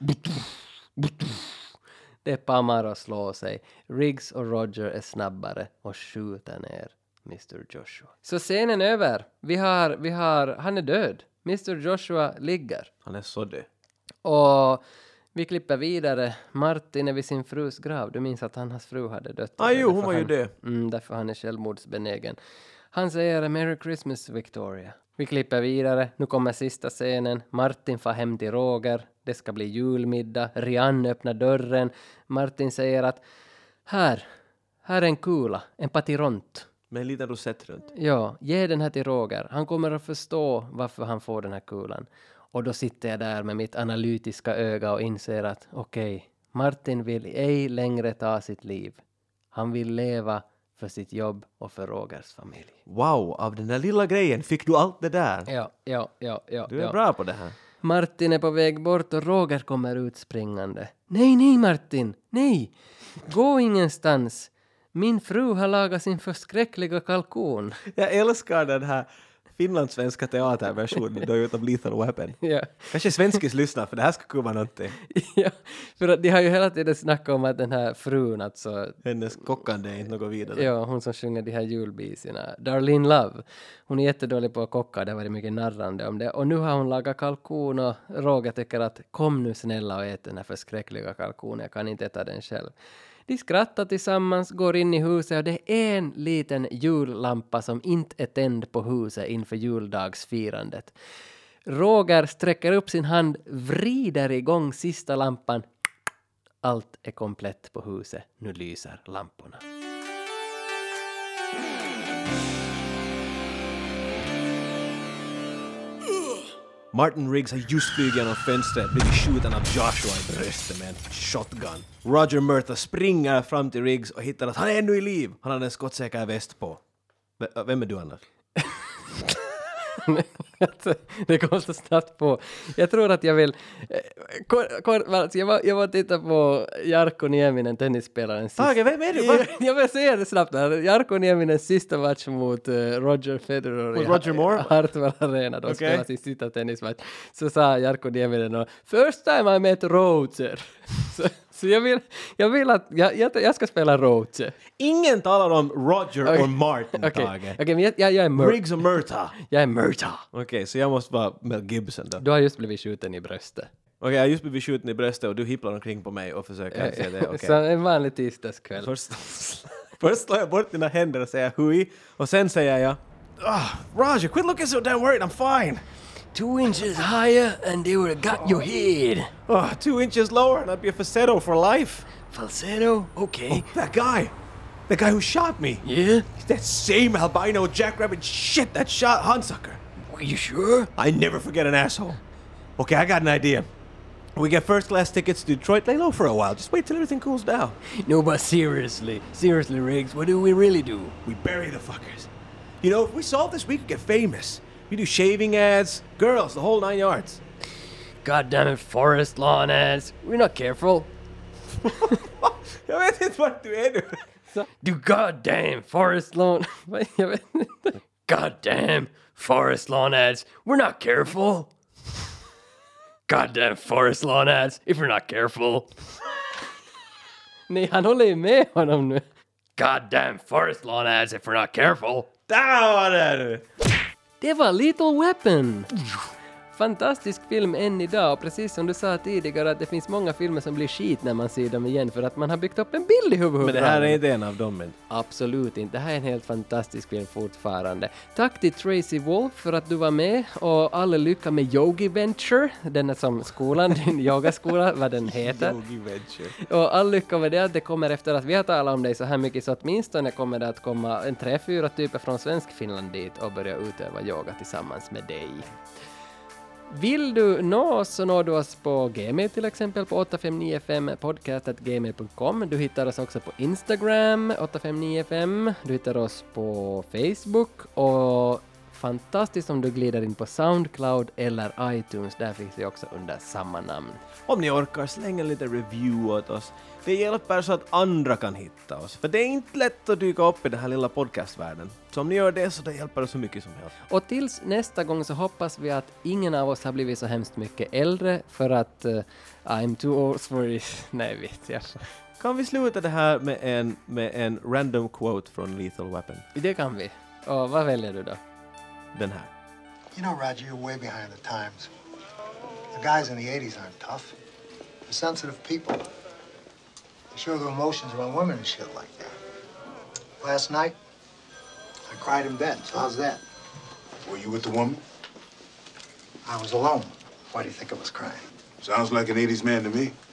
Det pammar och slår sig. Riggs och Roger är snabbare och skjuter ner Mr. Joshua. Så scenen är över. Han är död. Mr. Joshua ligger. Han är så död. Och vi klipper vidare. Martin är vid sin frus grav. Du minns att hans fru hade dött. Jo, hon var ju död. Därför han är självmordsbenägen. Han säger Merry Christmas Victoria. Vi klipper vidare. Nu kommer sista scenen. Martin får hem till Roger. Det ska bli julmiddag. Rianne öppnar dörren. Martin säger att här är en kula. En patiront. Med en liten rosett runt. Ja, ge den här till Roger. Han kommer att förstå varför han får den här kulan. Och då sitter jag där med mitt analytiska öga och inser att okej, Martin vill ej längre ta sitt liv. Han vill leva för sitt jobb och för Rogers familj. Wow, av den där lilla grejen fick du allt det där. Ja. Du är bra på det här. Martin är på väg bort och Roger kommer ut springande. Nej Martin, nej! Gå ingenstans. Min fru har lagat sin förskräckliga kalkon. Jag älskar den här finlandssvenska teaterversionen då utav Lethal Weapon. Ja. Kanske svenskis lyssnar för det här ska komma någonting. Ja, för att de har ju hela tiden snackat om att den här frun, alltså... Hennes kockande är inte något vidare. Ja, hon som sjunger de här julbiserna. Darlene Love. Hon är jättedålig på att kocka, det har varit mycket narrande om det. Och nu har hon lagat kalkon och Roger tycker att kom nu snälla och ät den här förskräckliga kalkonen, jag kan inte äta den själv. De skrattar tillsammans, går in i huset och det är en liten jullampa som inte är tänd på huset inför juldagsfirandet. Roger sträcker upp sin hand, vrider igång sista lampan. Allt är komplett på huset. Nu lyser lamporna. Martin Riggs har just flugit genom fönstret, blivit skjuten av Joshua i bröstet med en shotgun. Roger Murtha springer fram till Riggs och hittar att han är ännu i liv. Han har en skottsäker väst på. Vem är du annars? Det kom så snabbt på. Jag tror att jag vill... Jag var titta på Jarkko Nieminen, tennisspelaren. Tage, vem är du? Jag vill säga det snabbt där. Jarkko Nieminens sista match mot Roger Federer mot Roger Moore? Hartwell Arena. De spelade sin sista tennismatch. Så sa Jarkko Nieminen first time I met Roger. Så jag vill att jag ska spela Roger. Ingen talar om Roger och Martin, Tage. Okej, men jag är Riggs och Murtha. Jag är Murtha. Okej, så jag måste vara Mel Gibson då. Du har just blivit skjuten i bröstet. Okej, jag har just blivit skjuten i bröstet och du hipplar omkring på mig och försöker säga det. Så en vanlig tisdagskväll. Först slår jag bort dina händer och säger hui. Och sen säger jag Roger, quit looking so damn worried, I'm fine. 2 inches higher and they would have got your head. 2 inches lower and I'd be a falsetto for life. Falsetto? Okay. Oh, that guy. The guy who shot me. Yeah? That same albino jackrabbit shit that shot Hunsucker. Are you sure? I never forget an asshole. Okay, I got an idea. We get first class tickets to Detroit. Lay low for a while. Just wait till everything cools down. No, but seriously, Riggs, what do we really do? We bury the fuckers. You know, if we solve this, we could get famous. We do shaving ads, girls, the whole 9 yards. God damn it, forest lawn ads. We're not careful. Jag vet inte vart du är nu. Du goddamn forest lawn... Jag vet inte. Goddamn forest lawn ads. We're not careful. Goddamn forest lawn ads. If we're not careful. Nej, han håller ju med honom nu. Goddamn forest lawn ads if we're not careful. Där var det nu. Det var Lethal Weapon! Fantastisk film än idag, och precis som du sa tidigare att det finns många filmer som blir skit när man ser dem igen för att man har byggt upp en bild i huvudet. Men det här är inte en av dem. Men... Absolut inte, det här är en helt fantastisk film fortfarande. Tack till Tracy Wolf för att du var med och all lycka med Yogi Venture, den är som skolan, din yogaskola, vad den heter. Yogi Venture. Och all lycka med det, att det kommer efter att vi har talat om dig så här mycket så åtminstone kommer det att komma en 3-4 typer från svensk Finland dit och börja utöva yoga tillsammans med dig. Vill du nå oss så når du oss på Gmail till exempel på 8595podcast@gmail.com. Du hittar oss också på Instagram 8595. Du hittar oss på Facebook och fantastiskt om du glider in på Soundcloud eller iTunes. Där finns vi också under samma namn. Om ni orkar slänga lite review åt oss. Det hjälper så att andra kan hitta oss. För det är inte lätt att dyka upp i den här lilla podcastvärlden. Så om ni gör det så det hjälper oss så mycket som helst. Och tills nästa gång så hoppas vi att ingen av oss har blivit så hemskt mycket äldre för att I'm too old for it. Nej, vet jag. Kan vi sluta det här med en random quote från Lethal Weapon? Det kan vi. Och vad väljer du då? Den här. You know, Roger, you're way behind the times. The guys in the 80s aren't tough. They're sensitive people. They show their emotions around women and shit like that. Last night, I cried in bed. So how's that? Were you with the woman? I was alone. Why do you think I was crying? Sounds like an 80s man to me.